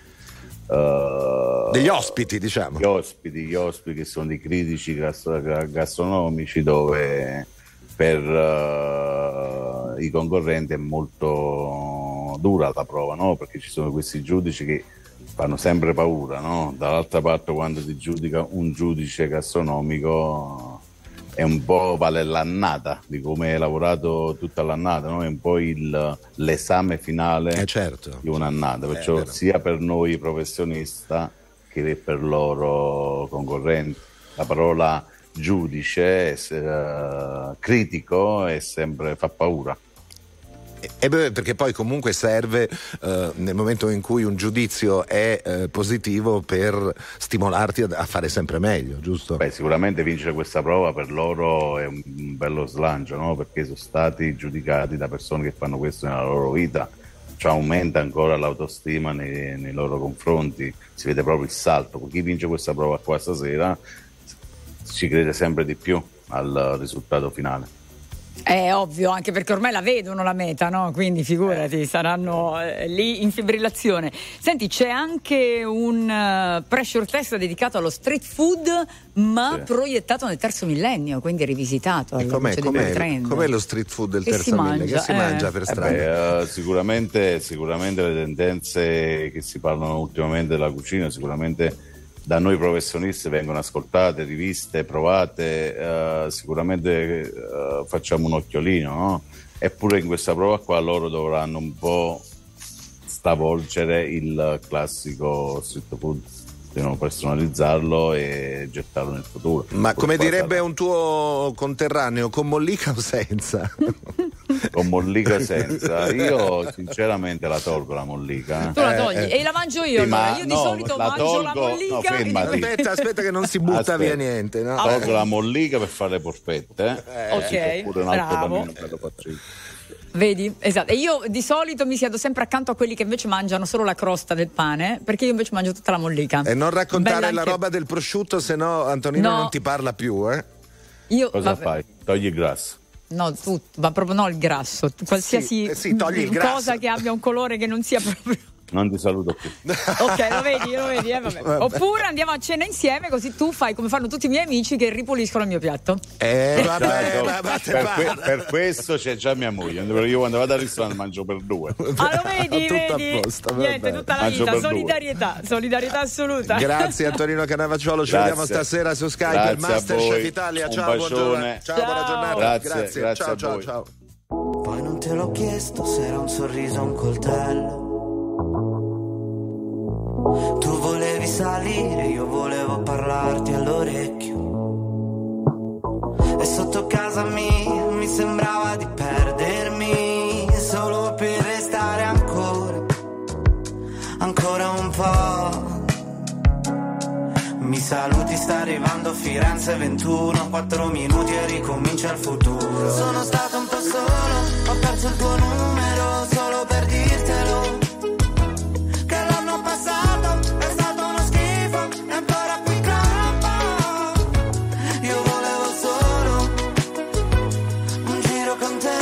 ospiti, diciamo. Gli ospiti che sono dei critici gastronomici dove per i concorrenti è molto dura la prova, no? Perché ci sono questi giudici che fanno sempre paura, no? Dall'altra parte quando ti giudica un giudice gastronomico è un po' vale l'annata di come hai lavorato tutta l'annata, no? È un po' l'esame finale di un'annata, perciò sia per noi professionisti che per loro concorrenti. La parola giudice, critico, fa paura. Perché poi comunque serve nel momento in cui un giudizio è positivo per stimolarti a fare sempre meglio, giusto? Beh, sicuramente vincere questa prova per loro è un bello slancio, no? Perché sono stati giudicati da persone che fanno questo nella loro vita, cioè aumenta ancora l'autostima nei loro confronti, si vede proprio il salto. Chi vince questa prova qua stasera ci crede sempre di più al risultato finale. È ovvio, anche perché ormai la vedono la meta, no? Quindi figurati, saranno lì in fibrillazione. Senti, c'è anche un pressure test dedicato allo street food, ma proiettato nel terzo millennio, quindi rivisitato. Com'è lo street food del terzo millennio? Che si mangia per strada? Sicuramente le tendenze che si parlano ultimamente della cucina, sicuramente da noi professionisti vengono ascoltate, riviste, provate, sicuramente facciamo un occhiolino, no? Eppure in questa prova qua loro dovranno un po' stravolgere il classico street food, devono personalizzarlo e gettarlo nel futuro. Ma come direbbe un tuo conterraneo, con mollica o senza? Con mollica o senza? Io sinceramente la tolgo la mollica. Tu la togli e la mangio io, allora. Io di solito mangio la mollica. Aspetta che non si butta via niente, no? Tolgo la mollica per fare le polpette. Ok, oppure un altro panino per Vedi? Esatto. E io di solito mi siedo sempre accanto a quelli che invece mangiano solo la crosta del pane, perché io invece mangio tutta la mollica. E non raccontare la roba del prosciutto, se no Antonino non ti parla più, Cosa fai? Togli il grasso. No, ma proprio no il grasso. Qualsiasi togli il grasso. cosa che abbia un colore che non sia proprio. Non ti saluto più. Ok, lo vedi, vabbè. Oppure andiamo a cena insieme, così tu fai come fanno tutti i miei amici che ripuliscono il mio piatto. Per questo c'è già mia moglie. Io quando vado al ristorante mangio per due. Lo vedi? Niente, tutta la vita. Solidarietà assoluta. Grazie Antonino Cannavacciuolo, ci vediamo stasera su Skype al Masterchef Italia. Ciao, buona giornata. Grazie. Ciao. Poi non te l'ho chiesto se era un sorriso o un coltello. Tu volevi salire, io volevo parlarti all'orecchio. E sotto casa mia mi sembrava di perdermi, solo per restare ancora un po'. saluti, sta arrivando Firenze 21, 4 minuti e ricomincia il futuro. Sono stato un po' solo, ho perso il tuo numero solo per dirtelo, che l'anno passato è stato uno schifo e ancora qui campo. Io volevo solo un giro con te,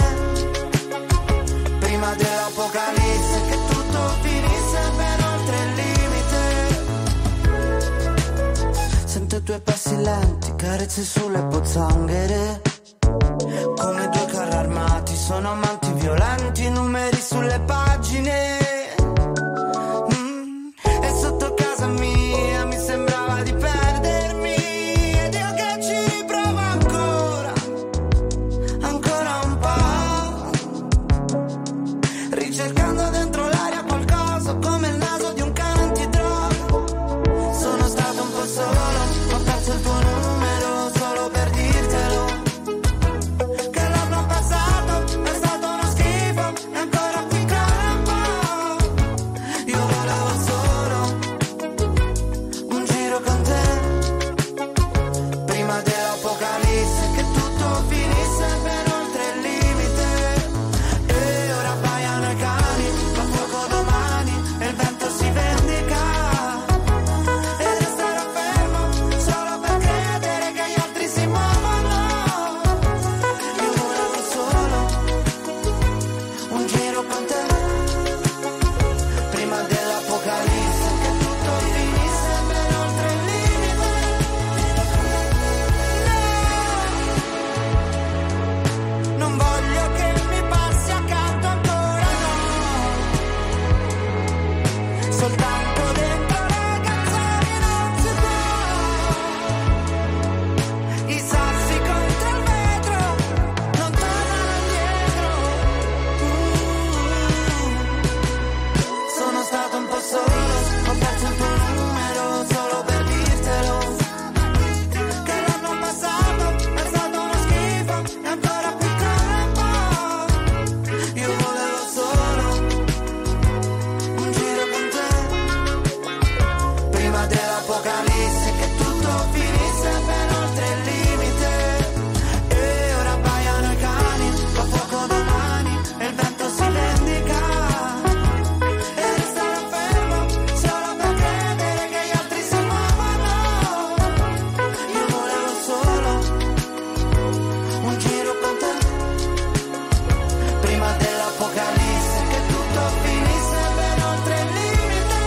prima dell'apocalisse, che tutto finisse ben oltre il limite. Sento i tuoi passi lenti, carezze sulle pozzanghere, come due carri armati, sono amanti violenti, numeri sulle pagine. E sotto casa mia mi sembrava di perdermi, ed io che ci riprovo ancora, ancora un po', ricercando dentro l'aria qualcosa come il naso di un cane antidroga. Sono stato un po' solo, ho perso il tuo numero solo per dirtelo, che l'anno passato è stato uno schifo e ancora qui campo. Io volevo solo un giro con te, prima dell'apocalisse, che tutto finisse ben oltre il limite. E ora abbaiano i cani, fa fuoco domani e il vento si vendica, e resterò fermo solo per credere che gli altri si muovono. Io volevo solo un giro con te, prima dell'apocalisse, che tutto finisse ben oltre il limite. Non voglio che mi passi accanto ancora, no, soltanto dentro le canzoni non si può. I sassi contro il vetro non tornano indietro. Sono stato un po' solo, ho perso il tuo numero solo per dirtelo, che l'anno passato è stato uno schifo e ancora qui campo. Io volevo solo un giro con te, prima dell'apocalisse, che tutto finisse ben oltre il limite. E ora abbaiano i cani, fa fuoco domani e il vento si vendica, e resterò fermo solo per credere che gli altri si muovono. Io volevo solo un giro con te, prima dell'apocalisse, che tutto finisse ben oltre il limite.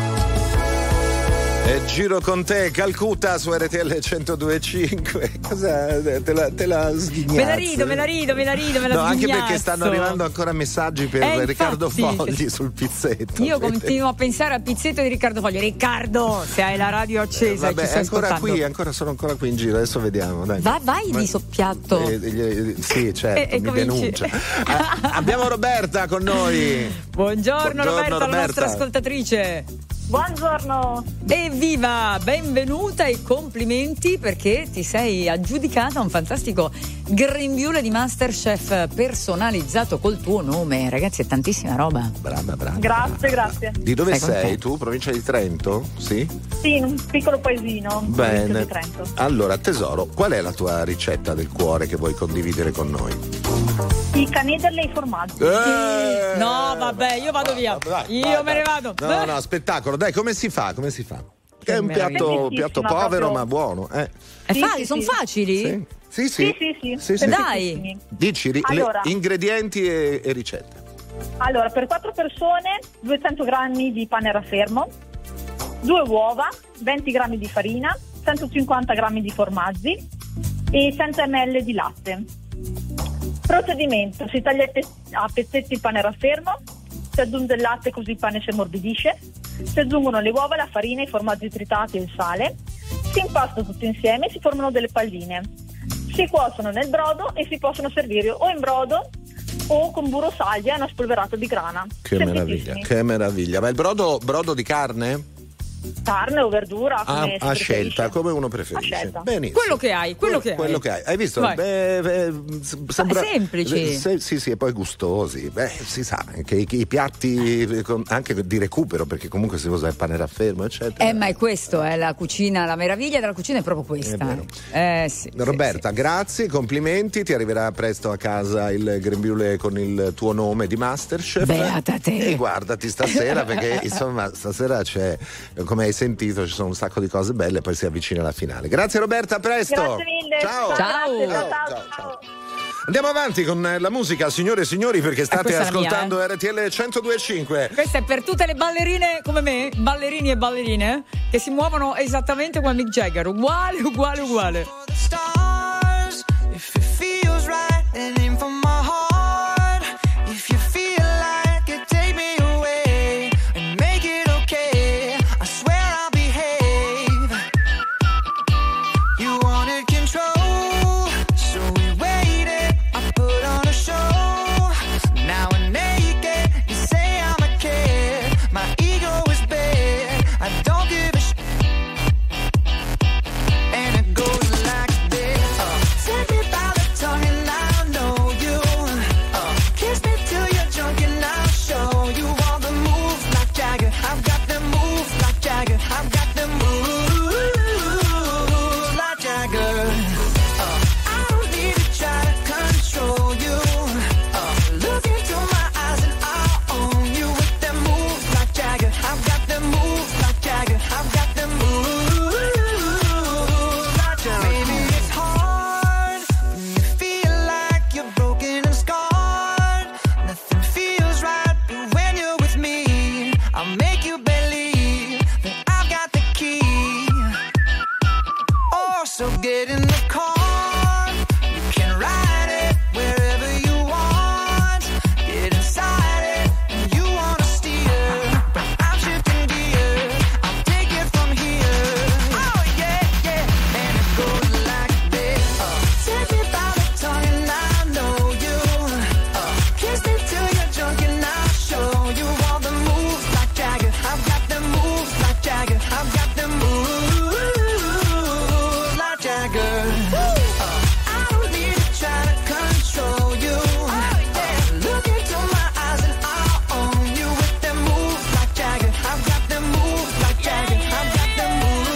E giro con te, Calcutta su RTL 102.5. Cosa te la sghignazzi? Me la rido, me la No, anche sghignazzo. perché stanno arrivando ancora messaggi per Riccardo infatti, Fogli sul pizzetto. Io Quindi- continuo a pensare al pizzetto di Riccardo Fogli. Riccardo, se hai la radio accesa, Vabbè, ci è stai ancora ascoltando. qui, sono ancora qui in giro, adesso vediamo. Dai. Vai di soppiatto. Sì, certo, E mi cominci. denuncia. Abbiamo Roberta con noi. Buongiorno Roberta, la nostra ascoltatrice. Buongiorno. Evviva, benvenuta e complimenti perché ti sei aggiudicata un fantastico grembiule di Masterchef personalizzato col tuo nome. Ragazzi, è tantissima roba. Brava. Grazie. Di dove Stai sei contento? tu? Provincia di Trento? Sì? Sì, in un piccolo paesino. provincia Bene. di Trento. Allora, tesoro, qual è la tua ricetta del cuore che vuoi condividere con noi? I canederle e i formaggi. No, vabbè, io vado via. Io me ne vado. No, spettacolo. Dai, come si fa? Che è un meraviglia. piatto povero proprio. ma buono. Sono facili? Sì. Sì. Dai. Dici Allora. ingredienti e ricette. Allora, per 4 persone, 200 grammi di pane raffermo, 2 uova, 20 grammi di farina, 150 grammi di formaggi e 100 ml di latte. Procedimento: si taglia a pezzetti il pane raffermo, si aggiunge il latte così il pane si ammorbidisce, si aggiungono le uova, la farina, i formaggi tritati e il sale, si impasta tutto insieme e si formano delle palline. Si cuociono nel brodo e si possono servire o in brodo o con burro saglia e una spolverata di grana. Che meraviglia. Ma il brodo di carne? Carne o verdura? A Come si preferisce? scelta, come uno A preferisce. scelta. Benissimo. Quello che hai. Hai visto? Vai. Sembra semplici. Sì, e poi gustosi. Si sa che i piatti anche di recupero, perché comunque si usa il pane raffermo, eccetera. Ma è questo, la cucina, la meraviglia della cucina è proprio questa. Sì, Roberta, grazie, complimenti, ti arriverà presto a casa il grembiule con il tuo nome di Masterchef. Beata te. E guardati stasera, perché insomma stasera c'è, come hai sentito, ci sono un sacco di cose belle, poi si avvicina alla finale. Grazie Roberta, a presto. Grazie mille. Ciao. Grazie, ciao. Andiamo avanti con la musica, signore e signori, perché state questa è la mia, ascoltando RTL 102.5. Questa è per tutte le ballerine come me, ballerini e ballerine, che si muovono esattamente come Mick Jagger, uguale. Stars, if it feels right, and aim for my heart. If you feel like it, take me away and make it okay. I swear I'll behave. You wanted control, so we waited. I put on a show. Now we're naked. You say I'm a kid. My ego is bad. I don't give a shit. And it goes like this. Take me by the tongue and I know you. Kiss me till you're drunk and I'll show you all the moves like Jagger. I've got them moves like Jagger. I've got them moves like Jagger. I don't need to try to control you. Look into my eyes and I'll own you with them moves like Jagger. I've got them moves like Jagger. I've got them moves like Jagger. Maybe it's hard when you feel like you're broken and scarred. Nothing feels right, but when you're with me, I'll make you believe that I've got the key. Oh, so get in the car. You can ride it wherever you want. Get inside it and you wanna steer, but I'm shifting gears. I'll take it from here. Oh yeah. And it goes like this. Take me by the tongue and I know you. Kiss me till you're drunk and I'll show you all the moves like Jagger. I've got them moves like Jagger. I've got them moves like Jagger. I don't need to try to control you. Look into my eyes and I'll own you with them moves like Jagger. I've got them moves like Jagger. I've got them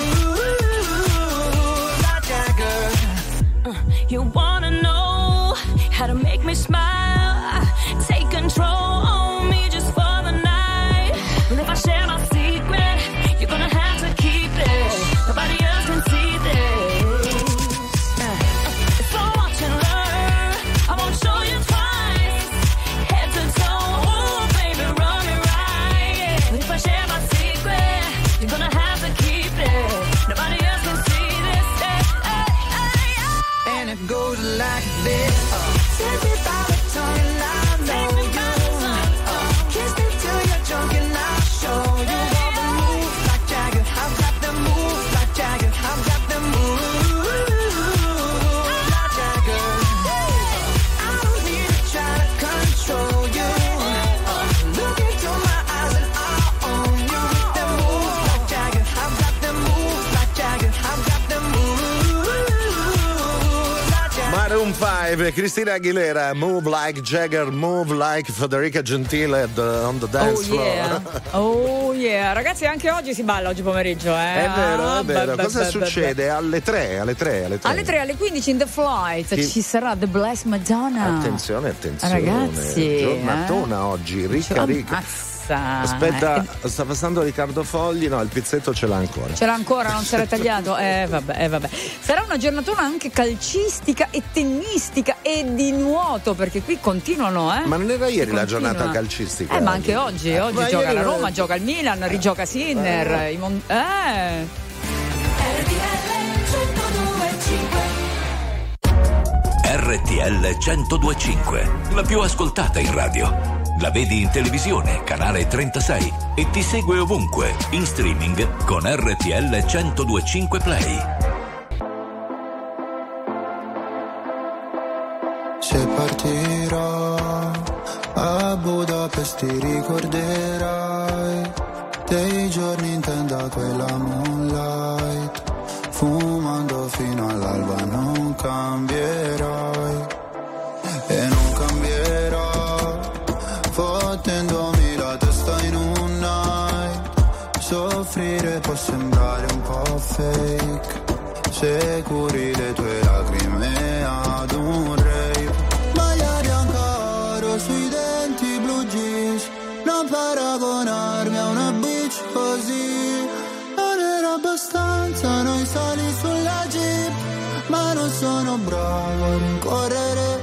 moves like Jagger. You wanna know how to make me smile? Take control on me just for the night. And if I share my secret, you're gonna have to keep it. Nobody else can see this. So watch and learn. I won't show you twice. Head to toe, ooh, baby, run it right. But if I share my secret, you're gonna have to keep it. Nobody else can see this. And it goes like this. Take me by the tongue and I know you. Kiss me till you're drunk and I'll show you all the moves like Jagger. I've got them moves like Jagger. I've got them moves like Jagger. I don't need to try to control you. Look into my eyes and I'll own you with them moves like Jagger. I've got them moves like Jagger. I've got them moves like Jagger. Maroon 5, Cristina Aguilera, Move Like Jagger, Move Like Federica Gentile on the dance floor. Oh yeah, ragazzi, anche oggi si balla oggi pomeriggio, È vero. Cosa succede? Alle 3. Alle 3, alle 15 in The Flight ci sarà The Blessed Madonna. Attenzione. Ragazzi, giornatona oggi, ricca. Ammazza. Aspetta, sta passando Riccardo Fogli, no, il pizzetto ce l'ha ancora. Non si era tagliato? Vabbè. Sarà una giornatona anche calcistica e tennistica e di nuoto, perché qui continuano, Ma non era ieri la giornata calcistica? Ma anche oggi gioca la Roma, gioca il Milan, rigioca Sinner, RTL 102.5, la più ascoltata in radio. La vedi in televisione, canale 36, e ti segue ovunque, in streaming con RTL 102.5 Play. Se partirò a Budapest ti ricorderai dei giorni in tenda da quella moonlight, fumando fino all'alba non cambierai e non cambierò, fottendomi la testa in un night. Soffrire può sembrare un po' fake se curi le tue lacrime ad un rave. Maglia bianca oro sui denti, blue jeans, non paragonarmi a una bitch così. Non era abbastanza noi sali sulla jeep, ma non sono bravo a rincorrere.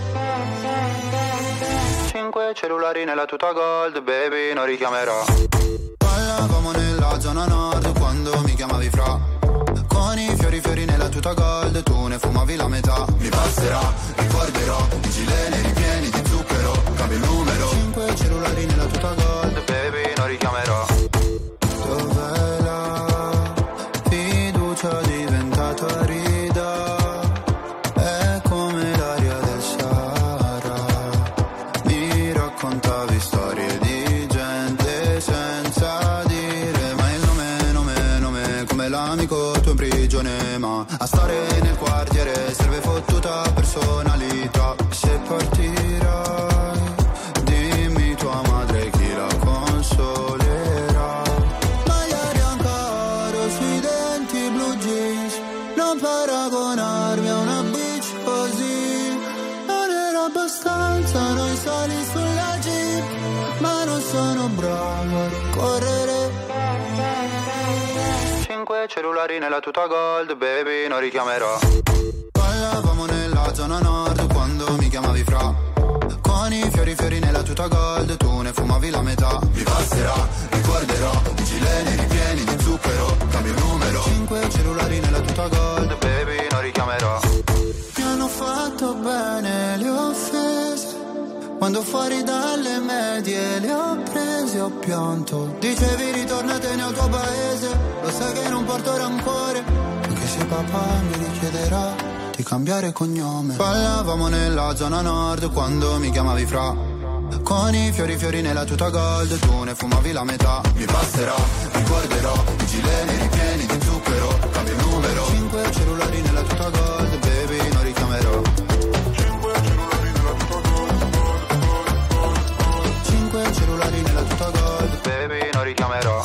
5 cellulari nella tuta gold, baby, non richiamerò. Parlavamo nella zona nord quando mi chiamavi fra. Con i fiori nella tuta gold, tu ne fumavi la metà. Mi passerà, ricorderò, i gileni ripieni di zucchero, cambio il numero. 5 cellulari nella tuta gold, baby, non richiamerò. Dov'è la fiducia diventata rida? È come l'aria del Sahara. Mi raccontavi storie di gente senza dire mai il nome, come l'amico tuo in prigione. Ma a stare nel quartiere serve fottuta personalità. Se partirai, dimmi tua madre chi la consolerà. Maglia bianca oro sui denti, blue jeans, non paragonarmi a una bitch così. Non era abbastanza noi sali sulla jeep, ma non sono bravo a correre. 5 cellulari nella tuta gold, baby, non richiamerò. Parlavamo nella zona nord quando mi chiamavi fra. Con i fiori nella tuta gold, tu ne fumavi la metà. Mi passerà, ricorderò, i gileni ripieni di zucchero, cambio il numero. 5 cellulari nella tuta gold, baby, non richiamerò. Mi hanno fatto bene le offese, quando fuori dalle medie le ho prese, ho pianto. Dicevi ritornatene al tuo paese, lo sai che non porto rancore, anche se papà mi richiederà di cambiare cognome. Parlavamo nella zona nord quando mi chiamavi fra. Con i fiori nella tuta gold, tu ne fumavi la metà. Mi passerà, ricorderò, i gileni ripieni di zucchero, cambio il numero. 5 cellulari nella tuta gold, baby, non richiamerò. 5 cellulari nella tuta gold, baby, non richiamerò.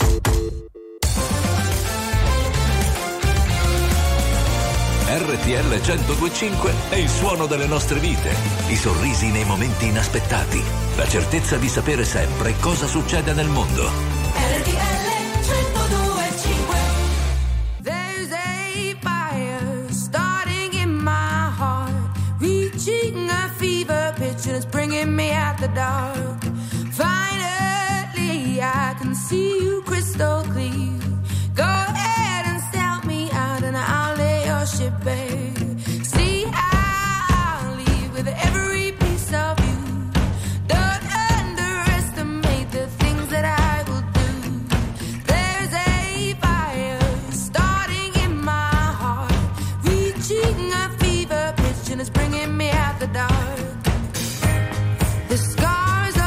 RTL 102.5 è il suono delle nostre vite, i sorrisi nei momenti inaspettati, la certezza di sapere sempre cosa succede nel mondo. RTL 102.5. There's a fire starting in my heart, reaching a fever pitch and it's bringing me out the dark. Finally I can see you crystal clear. Go ahead and sell me out and I'll lay your ship bare. See, I'll leave with every piece of you. Don't underestimate the things that I will do. There's a fire starting in my heart, reaching a fever pitch and it's bringing me out the dark. The scars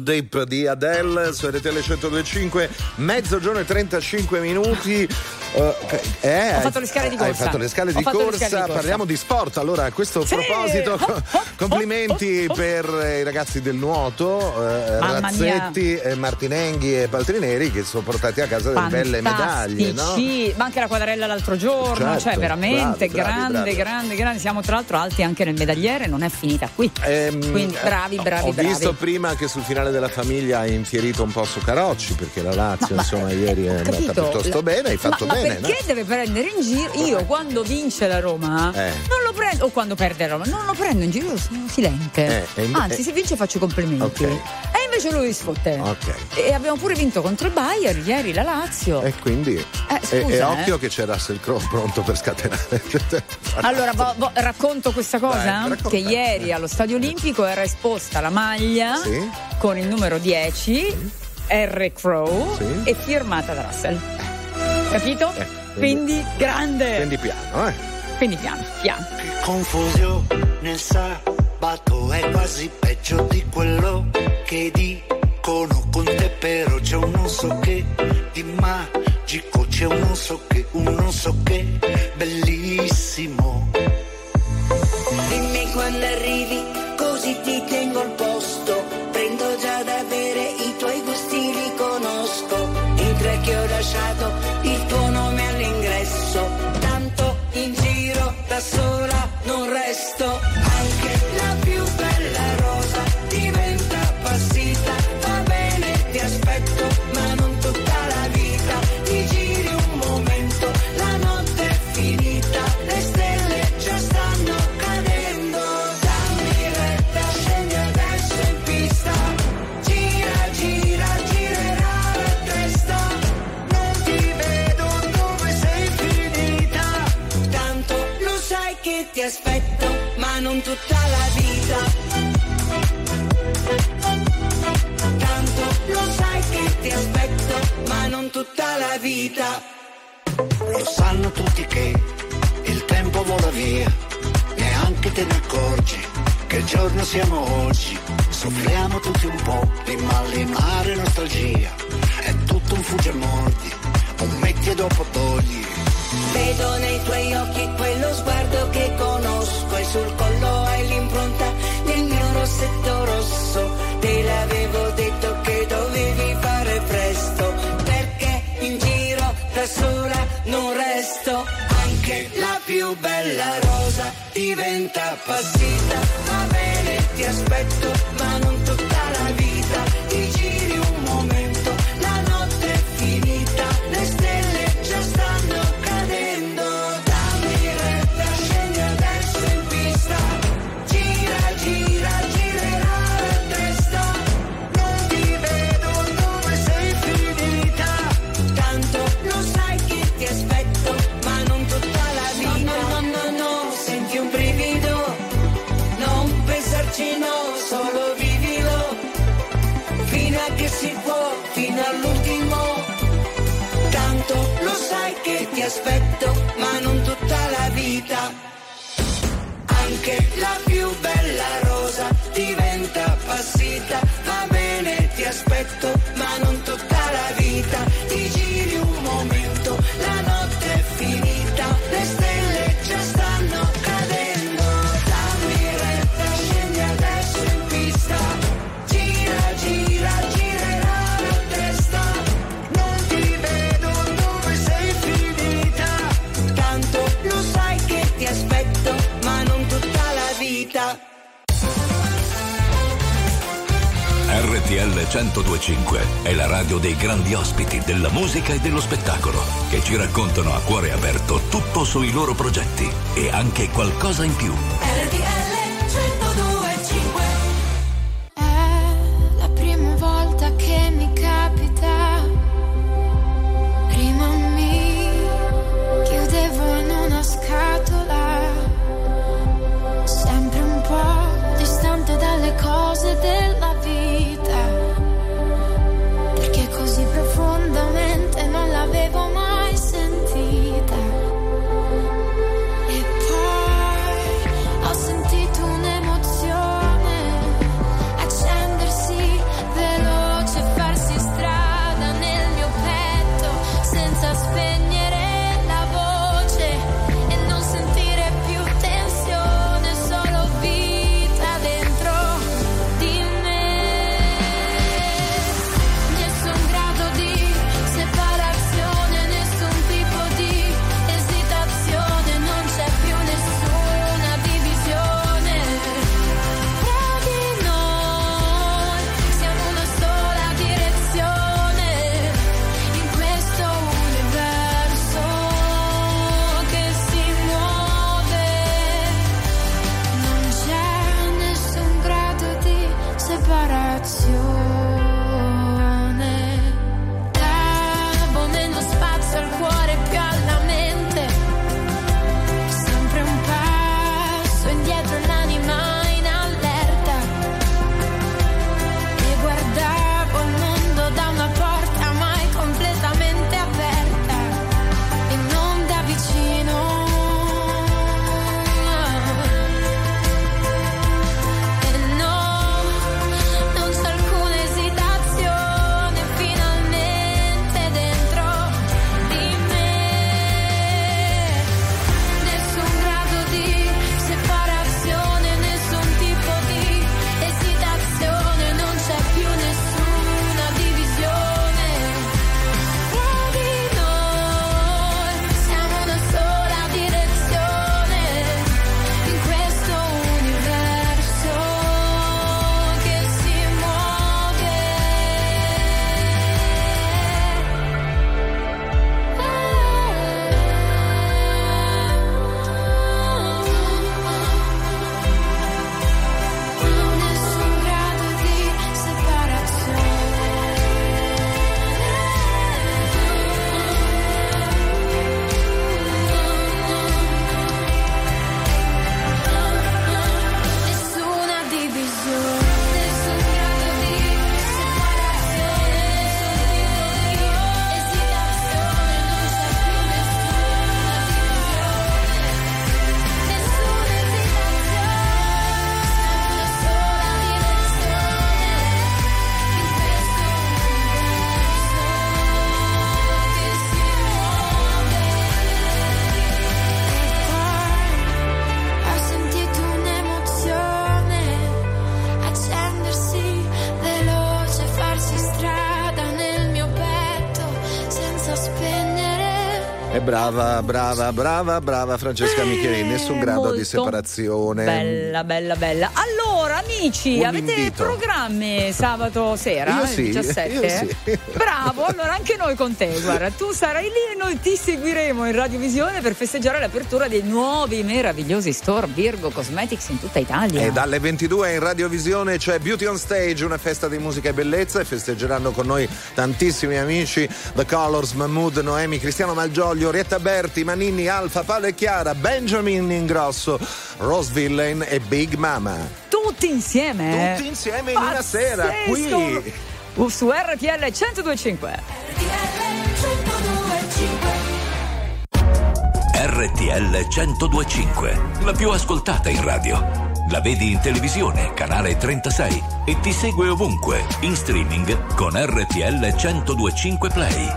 Deep di Adele su RTL 102.5, mezzogiorno e 35 minuti. Ho fatto le scale di corsa. Hai fatto le scale di corsa. Parliamo di sport. Allora, a questo proposito, complimenti per i ragazzi del nuoto, Razzetti, Martinenghi e Paltrineri, che sono portati a casa delle belle medaglie, no? Ma anche la quadrella l'altro giorno, Certo, veramente bravi. grande. Siamo tra l'altro alti anche nel medagliere, non è finita qui. Quindi bravi. Ho visto prima che sul finale della famiglia hai infierito un po' su Carocci, perché la Lazio ieri è andata piuttosto bene, hai fatto bene. Perché deve prendere in giro? Io quando vince la Roma non lo prendo, o quando perde la Roma non lo prendo in giro, io sono silente. Anzi, se vince faccio i complimenti. E invece lui sfotte. E abbiamo pure vinto contro il Bayern ieri, la Lazio. E quindi scusa, occhio che c'è Russell Crowe pronto per scatenare. Allora racconto questa cosa. Dai, che ieri allo Stadio Olimpico era esposta la maglia con il numero 10 R. Crowe e firmata da Russell. Capito? Quindi grande. Quindi piano, Quindi piano. Che confusione, sabato è quasi peggio di quello che dicono con te, però c'è un non so che di magico, c'è un non so che bellissimo. Dimmi quando arrivi, così ti tengo al posto. Prendo già da bere, i tuoi gusti li conosco. Entra che ho lasciato il tuo nome all'ingresso. Tanto in giro da sola non resto. Anche la più bella rosa diventa appassita. Va bene, ti aspetto, ma non tutta la vita. Ti giri un momento, la notte è finita. Le stelle già stanno cadendo. Dammi retta, scendi adesso in pista. Gira, girerà la testa. Non ti vedo dove sei finita. Tanto lo sai che ti aspetto, ma non tutta la vita. Tanto lo sai che ti aspetto, ma non tutta la vita. Lo sanno tutti che il tempo vola via, neanche te ne accorgi che giorno siamo oggi. Soffriamo tutti un po' di malinare nostalgia, è tutto un fugge e mordi, un metti e dopo togli. Vedo nei tuoi occhi quello sguardo che conosco e sul collo hai l'impronta del mio rossetto rosso. Te l'avevo detto che dovevi fare presto, perché in giro da sola non resto. Anche la più bella rosa diventa appassita. Va bene, ti aspetto, ma non tutta la vita. Ti giri un momento, la notte è finita. Le stelle già stanno cadendo. Dammi retta, scendi adesso in pista. Gira, girerà la testa. Non ti vedo dove sei finita. Tanto lo sai che ti aspetto, ma non tutta la vita. No, senti un brivido. Non pensarci, no, solo vivilo. Fino a che si può, fino all'ultimo. Tanto lo sai che ti aspetto, ma non tutta la vita. Anche la più bella rosa diventa appassita. Va bene, ti aspetto, ma non tutta la vita. Ti giri un momento, la notte è finita. Le stelle già stanno cadendo. Dammi retta, scendi adesso in pista. Gira, girerà la testa. Non ti vedo dove sei finita. Tanto lo sai che ti aspetto, ma non tutta la vita. RTL 102.5 è la radio dei grandi ospiti della musica e dello spettacolo, che ci raccontano a cuore aperto tutto sui loro progetti e anche qualcosa in più. RTL 102.5 È la prima volta che mi capita. Prima mi chiudevo in una scatola, sempre un po' distante dalle cose della vita, perché così profondamente non l'avevo mai sentita. E poi ho sentito E brava Francesca Micheli, nessun grado molto di separazione. Bella. Allora, amici, Un avete invito. programmi sabato sera? Io il sì, 17? io sì. Bravo, allora anche noi con te, guarda, tu sarai lì e noi ti seguiremo in radiovisione per festeggiare l'apertura dei nuovi meravigliosi store Virgo Cosmetics in tutta Italia. E dalle 22 in radiovisione c'è Beauty on Stage, una festa di musica e bellezza, e festeggeranno con noi tantissimi amici: The Colors, Mahmood, Noemi, Cristiano Malgioglio, Orietta Berti, Manini, Alfa, Paolo e Chiara, Benjamin Ingrosso, Rose Villain e Big Mama. Tutti insieme? Tutti insieme in una sera, qui su RTL 102.5. RTL 102.5, la più ascoltata in radio. La vedi in televisione, canale 36, e ti segue ovunque, in streaming con RTL 102.5 Play.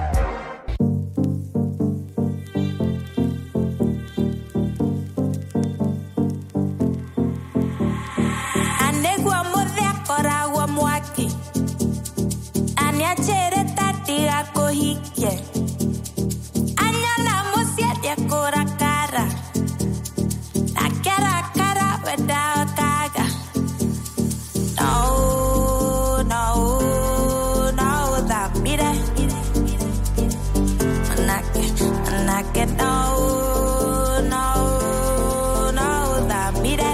Anegua modea koragua mwaki. Aniachere tatiga kohike. Anyana musiadia kora cara. La cara without kaga. No, that mire. Manake, no, that mire.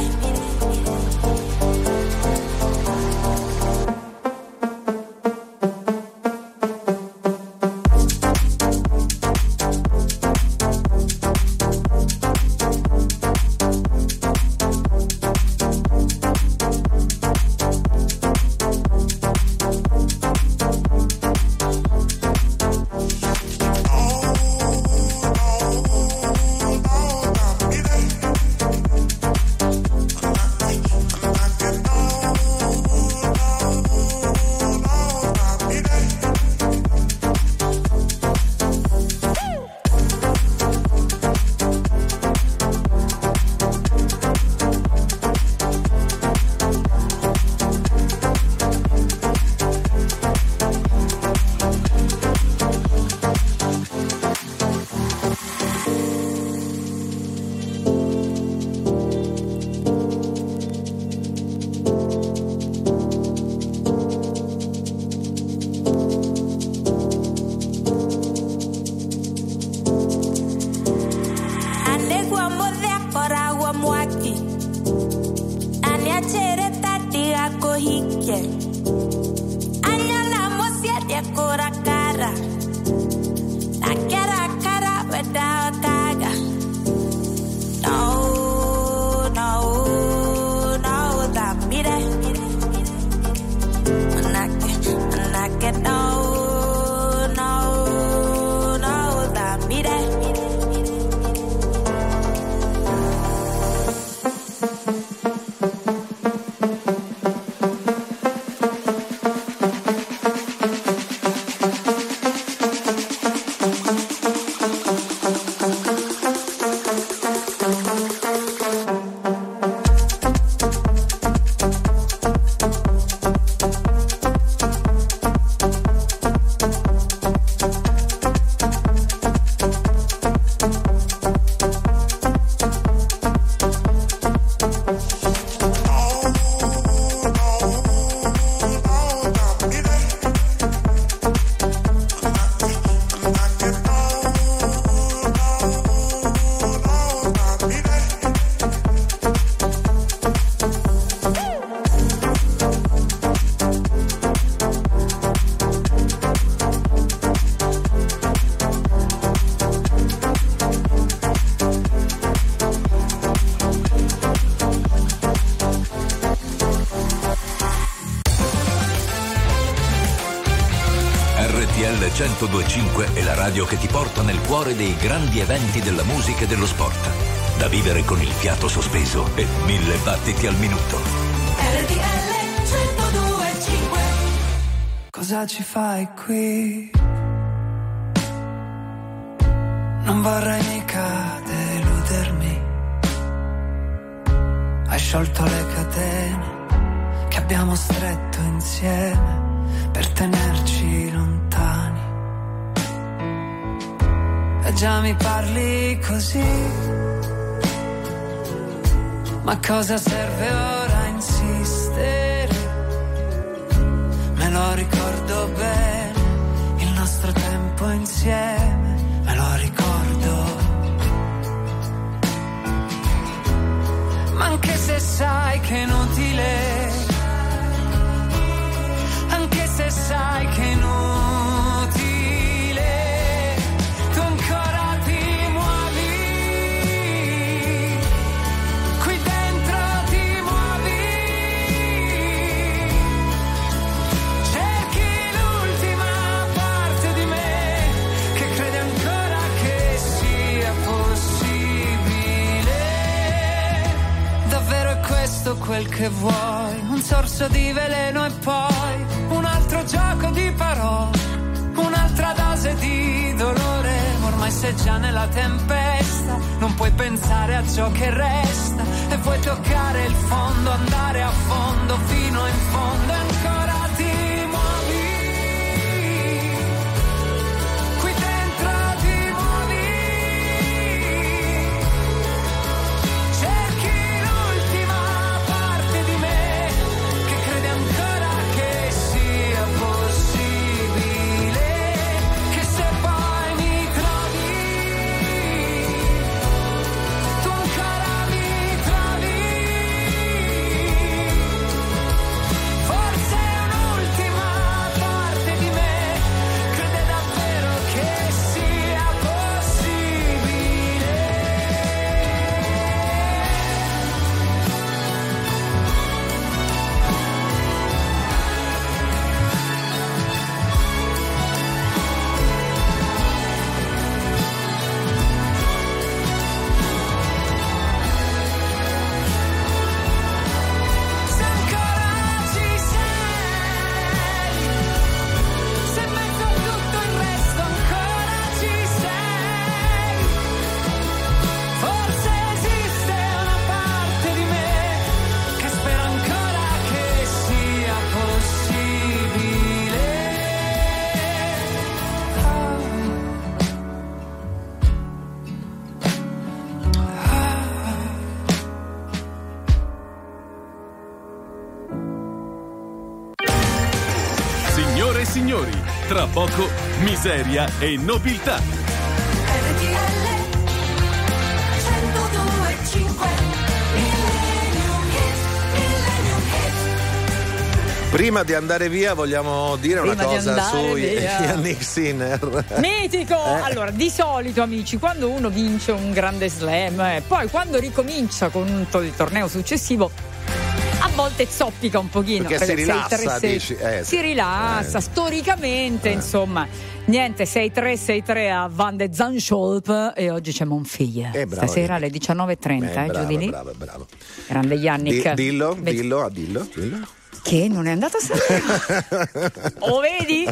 RTL 102.5 è la radio che ti porta nel cuore dei grandi eventi della musica e dello sport. Da vivere con il fiato sospeso e 1000 battiti al minuto. RTL 102.5. Cosa ci fai qui? Non vorrei mica deludermi. Hai sciolto le catene che abbiamo stretto insieme per tenerci lontani. e già mi parli così. Ma cosa serve ora insistere? Me lo ricordo bene, il nostro tempo insieme, me lo ricordo. Ma anche se sai che è inutile, anche se sai che è inutile, tu ancora ti muovi, qui dentro ti muovi, cerchi l'ultima parte di me che crede ancora che sia possibile. Davvero è questo quel che vuoi, un sorso di veleno e poi un altro gioco di parole, un'altra dose di dolore. Ormai sei già nella tempesta, non puoi pensare a ciò che resta e vuoi toccare il fondo, andare a fondo fino in fondo e ancora ti muovi, qui dentro ti muovi, cerchi l'ultima parte di me che crede ancora che sia possibile, che se poi mi trovi, tu ancora mi trovi, forse un'ultima parte di me crede davvero che sia possibile. Se ancora ci sei, se in mezzo a tutto il resto ancora ci sei, forse esiste una parte di me che spera ancora che sia possibile. Signore e signori, tra poco miseria e nobiltà. Prima di andare via vogliamo dire Prima una di cosa andare su via. Yannick Sinner. Mitico! Allora, di solito, amici, quando uno vince un grande slam, poi quando ricomincia con il torneo successivo, a volte zoppica un pochino. Perché si sei rilassa, 3-6. dici? Si rilassa, storicamente, insomma. Niente, 6-3 a Van de Zandschulp e oggi c'è Monfiglia. Bravo, Stasera alle 19:30, bravo, giù di lì. bravo. Grande Yannick. Dillo. Che non è andato a Sanremo. O vedi?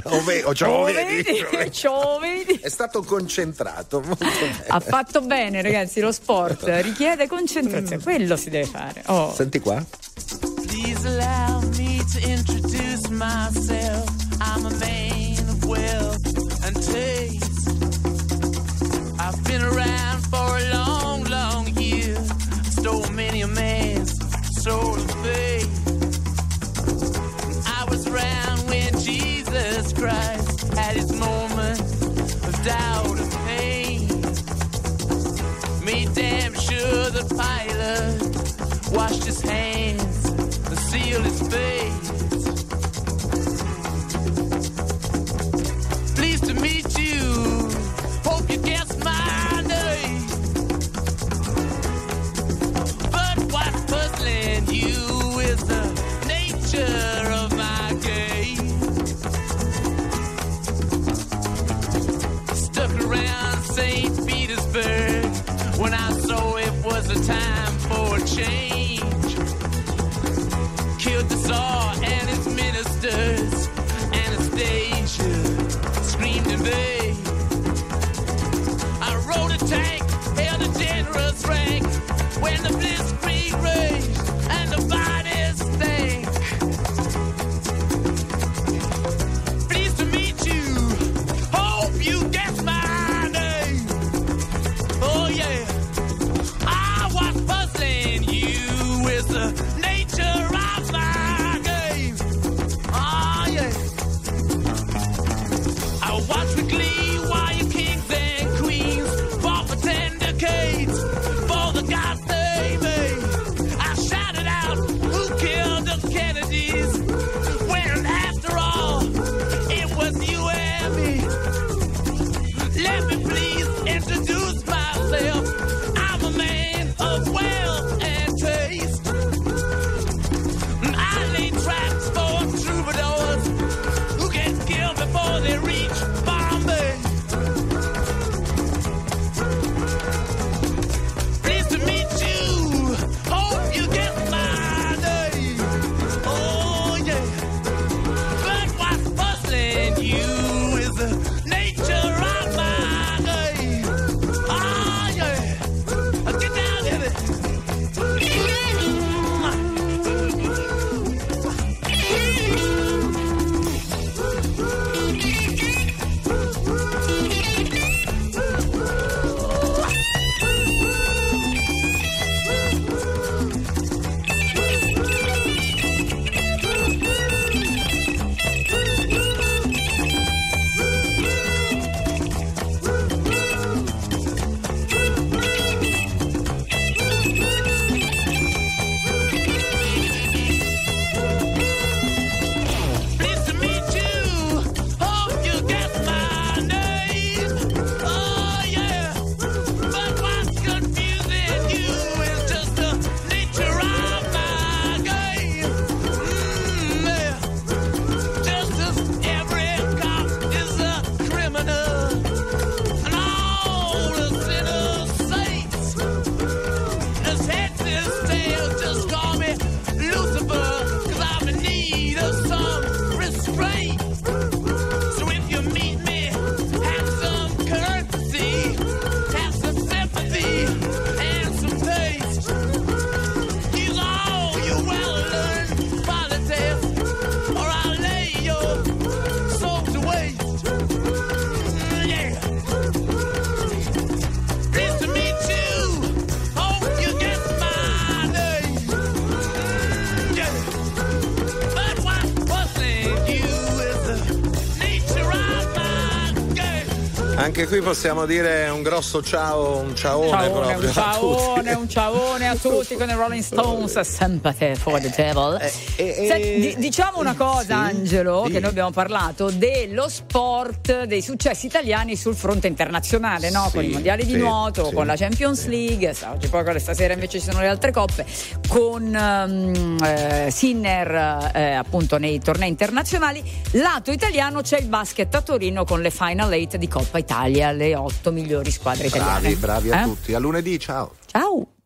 Ciò vedi? È stato concentrato. Molto bene. Ha fatto bene, ragazzi, lo sport richiede concentrazione, quello si deve fare. Oh. Senti qua. Please allow me to introduce myself. I'm a man of wealth and taste. I've been around for a long, long year. Stole many a man's soul of faith. I was around when Jesus Christ had his moment of doubt and pain. Made damn sure the Pilate washed his hands and sealed his face. Pleased to meet you. Hope you guessed my name. But what's puzzling you is the nature of my game. Stuck around St. Petersburg when I saw it was a time for a change. Killed the Tsar and his ministers. Anastasia screamed in vain. I rode a tank, held a generous rank when the blitzkrieg raged and the bodies stank. Pleased to meet you. Hope you guessed my name. Anche qui possiamo dire un grosso ciao, un ciaone proprio a tutti. Un ciaone a tutti con i Rolling Stones, Sympathy for the Devil. Diciamo una cosa, Angelo, che noi abbiamo parlato dello sport, dei successi italiani sul fronte internazionale, no? Con i mondiali di nuoto, con la Champions League, oggi poi stasera invece ci sono le altre coppe, con Sinner appunto nei tornei internazionali. Lato italiano c'è il basket a Torino con le Final 8 di Coppa Italia, le 8 migliori squadre italiane. Bravi a tutti. A lunedì, ciao. Ciao.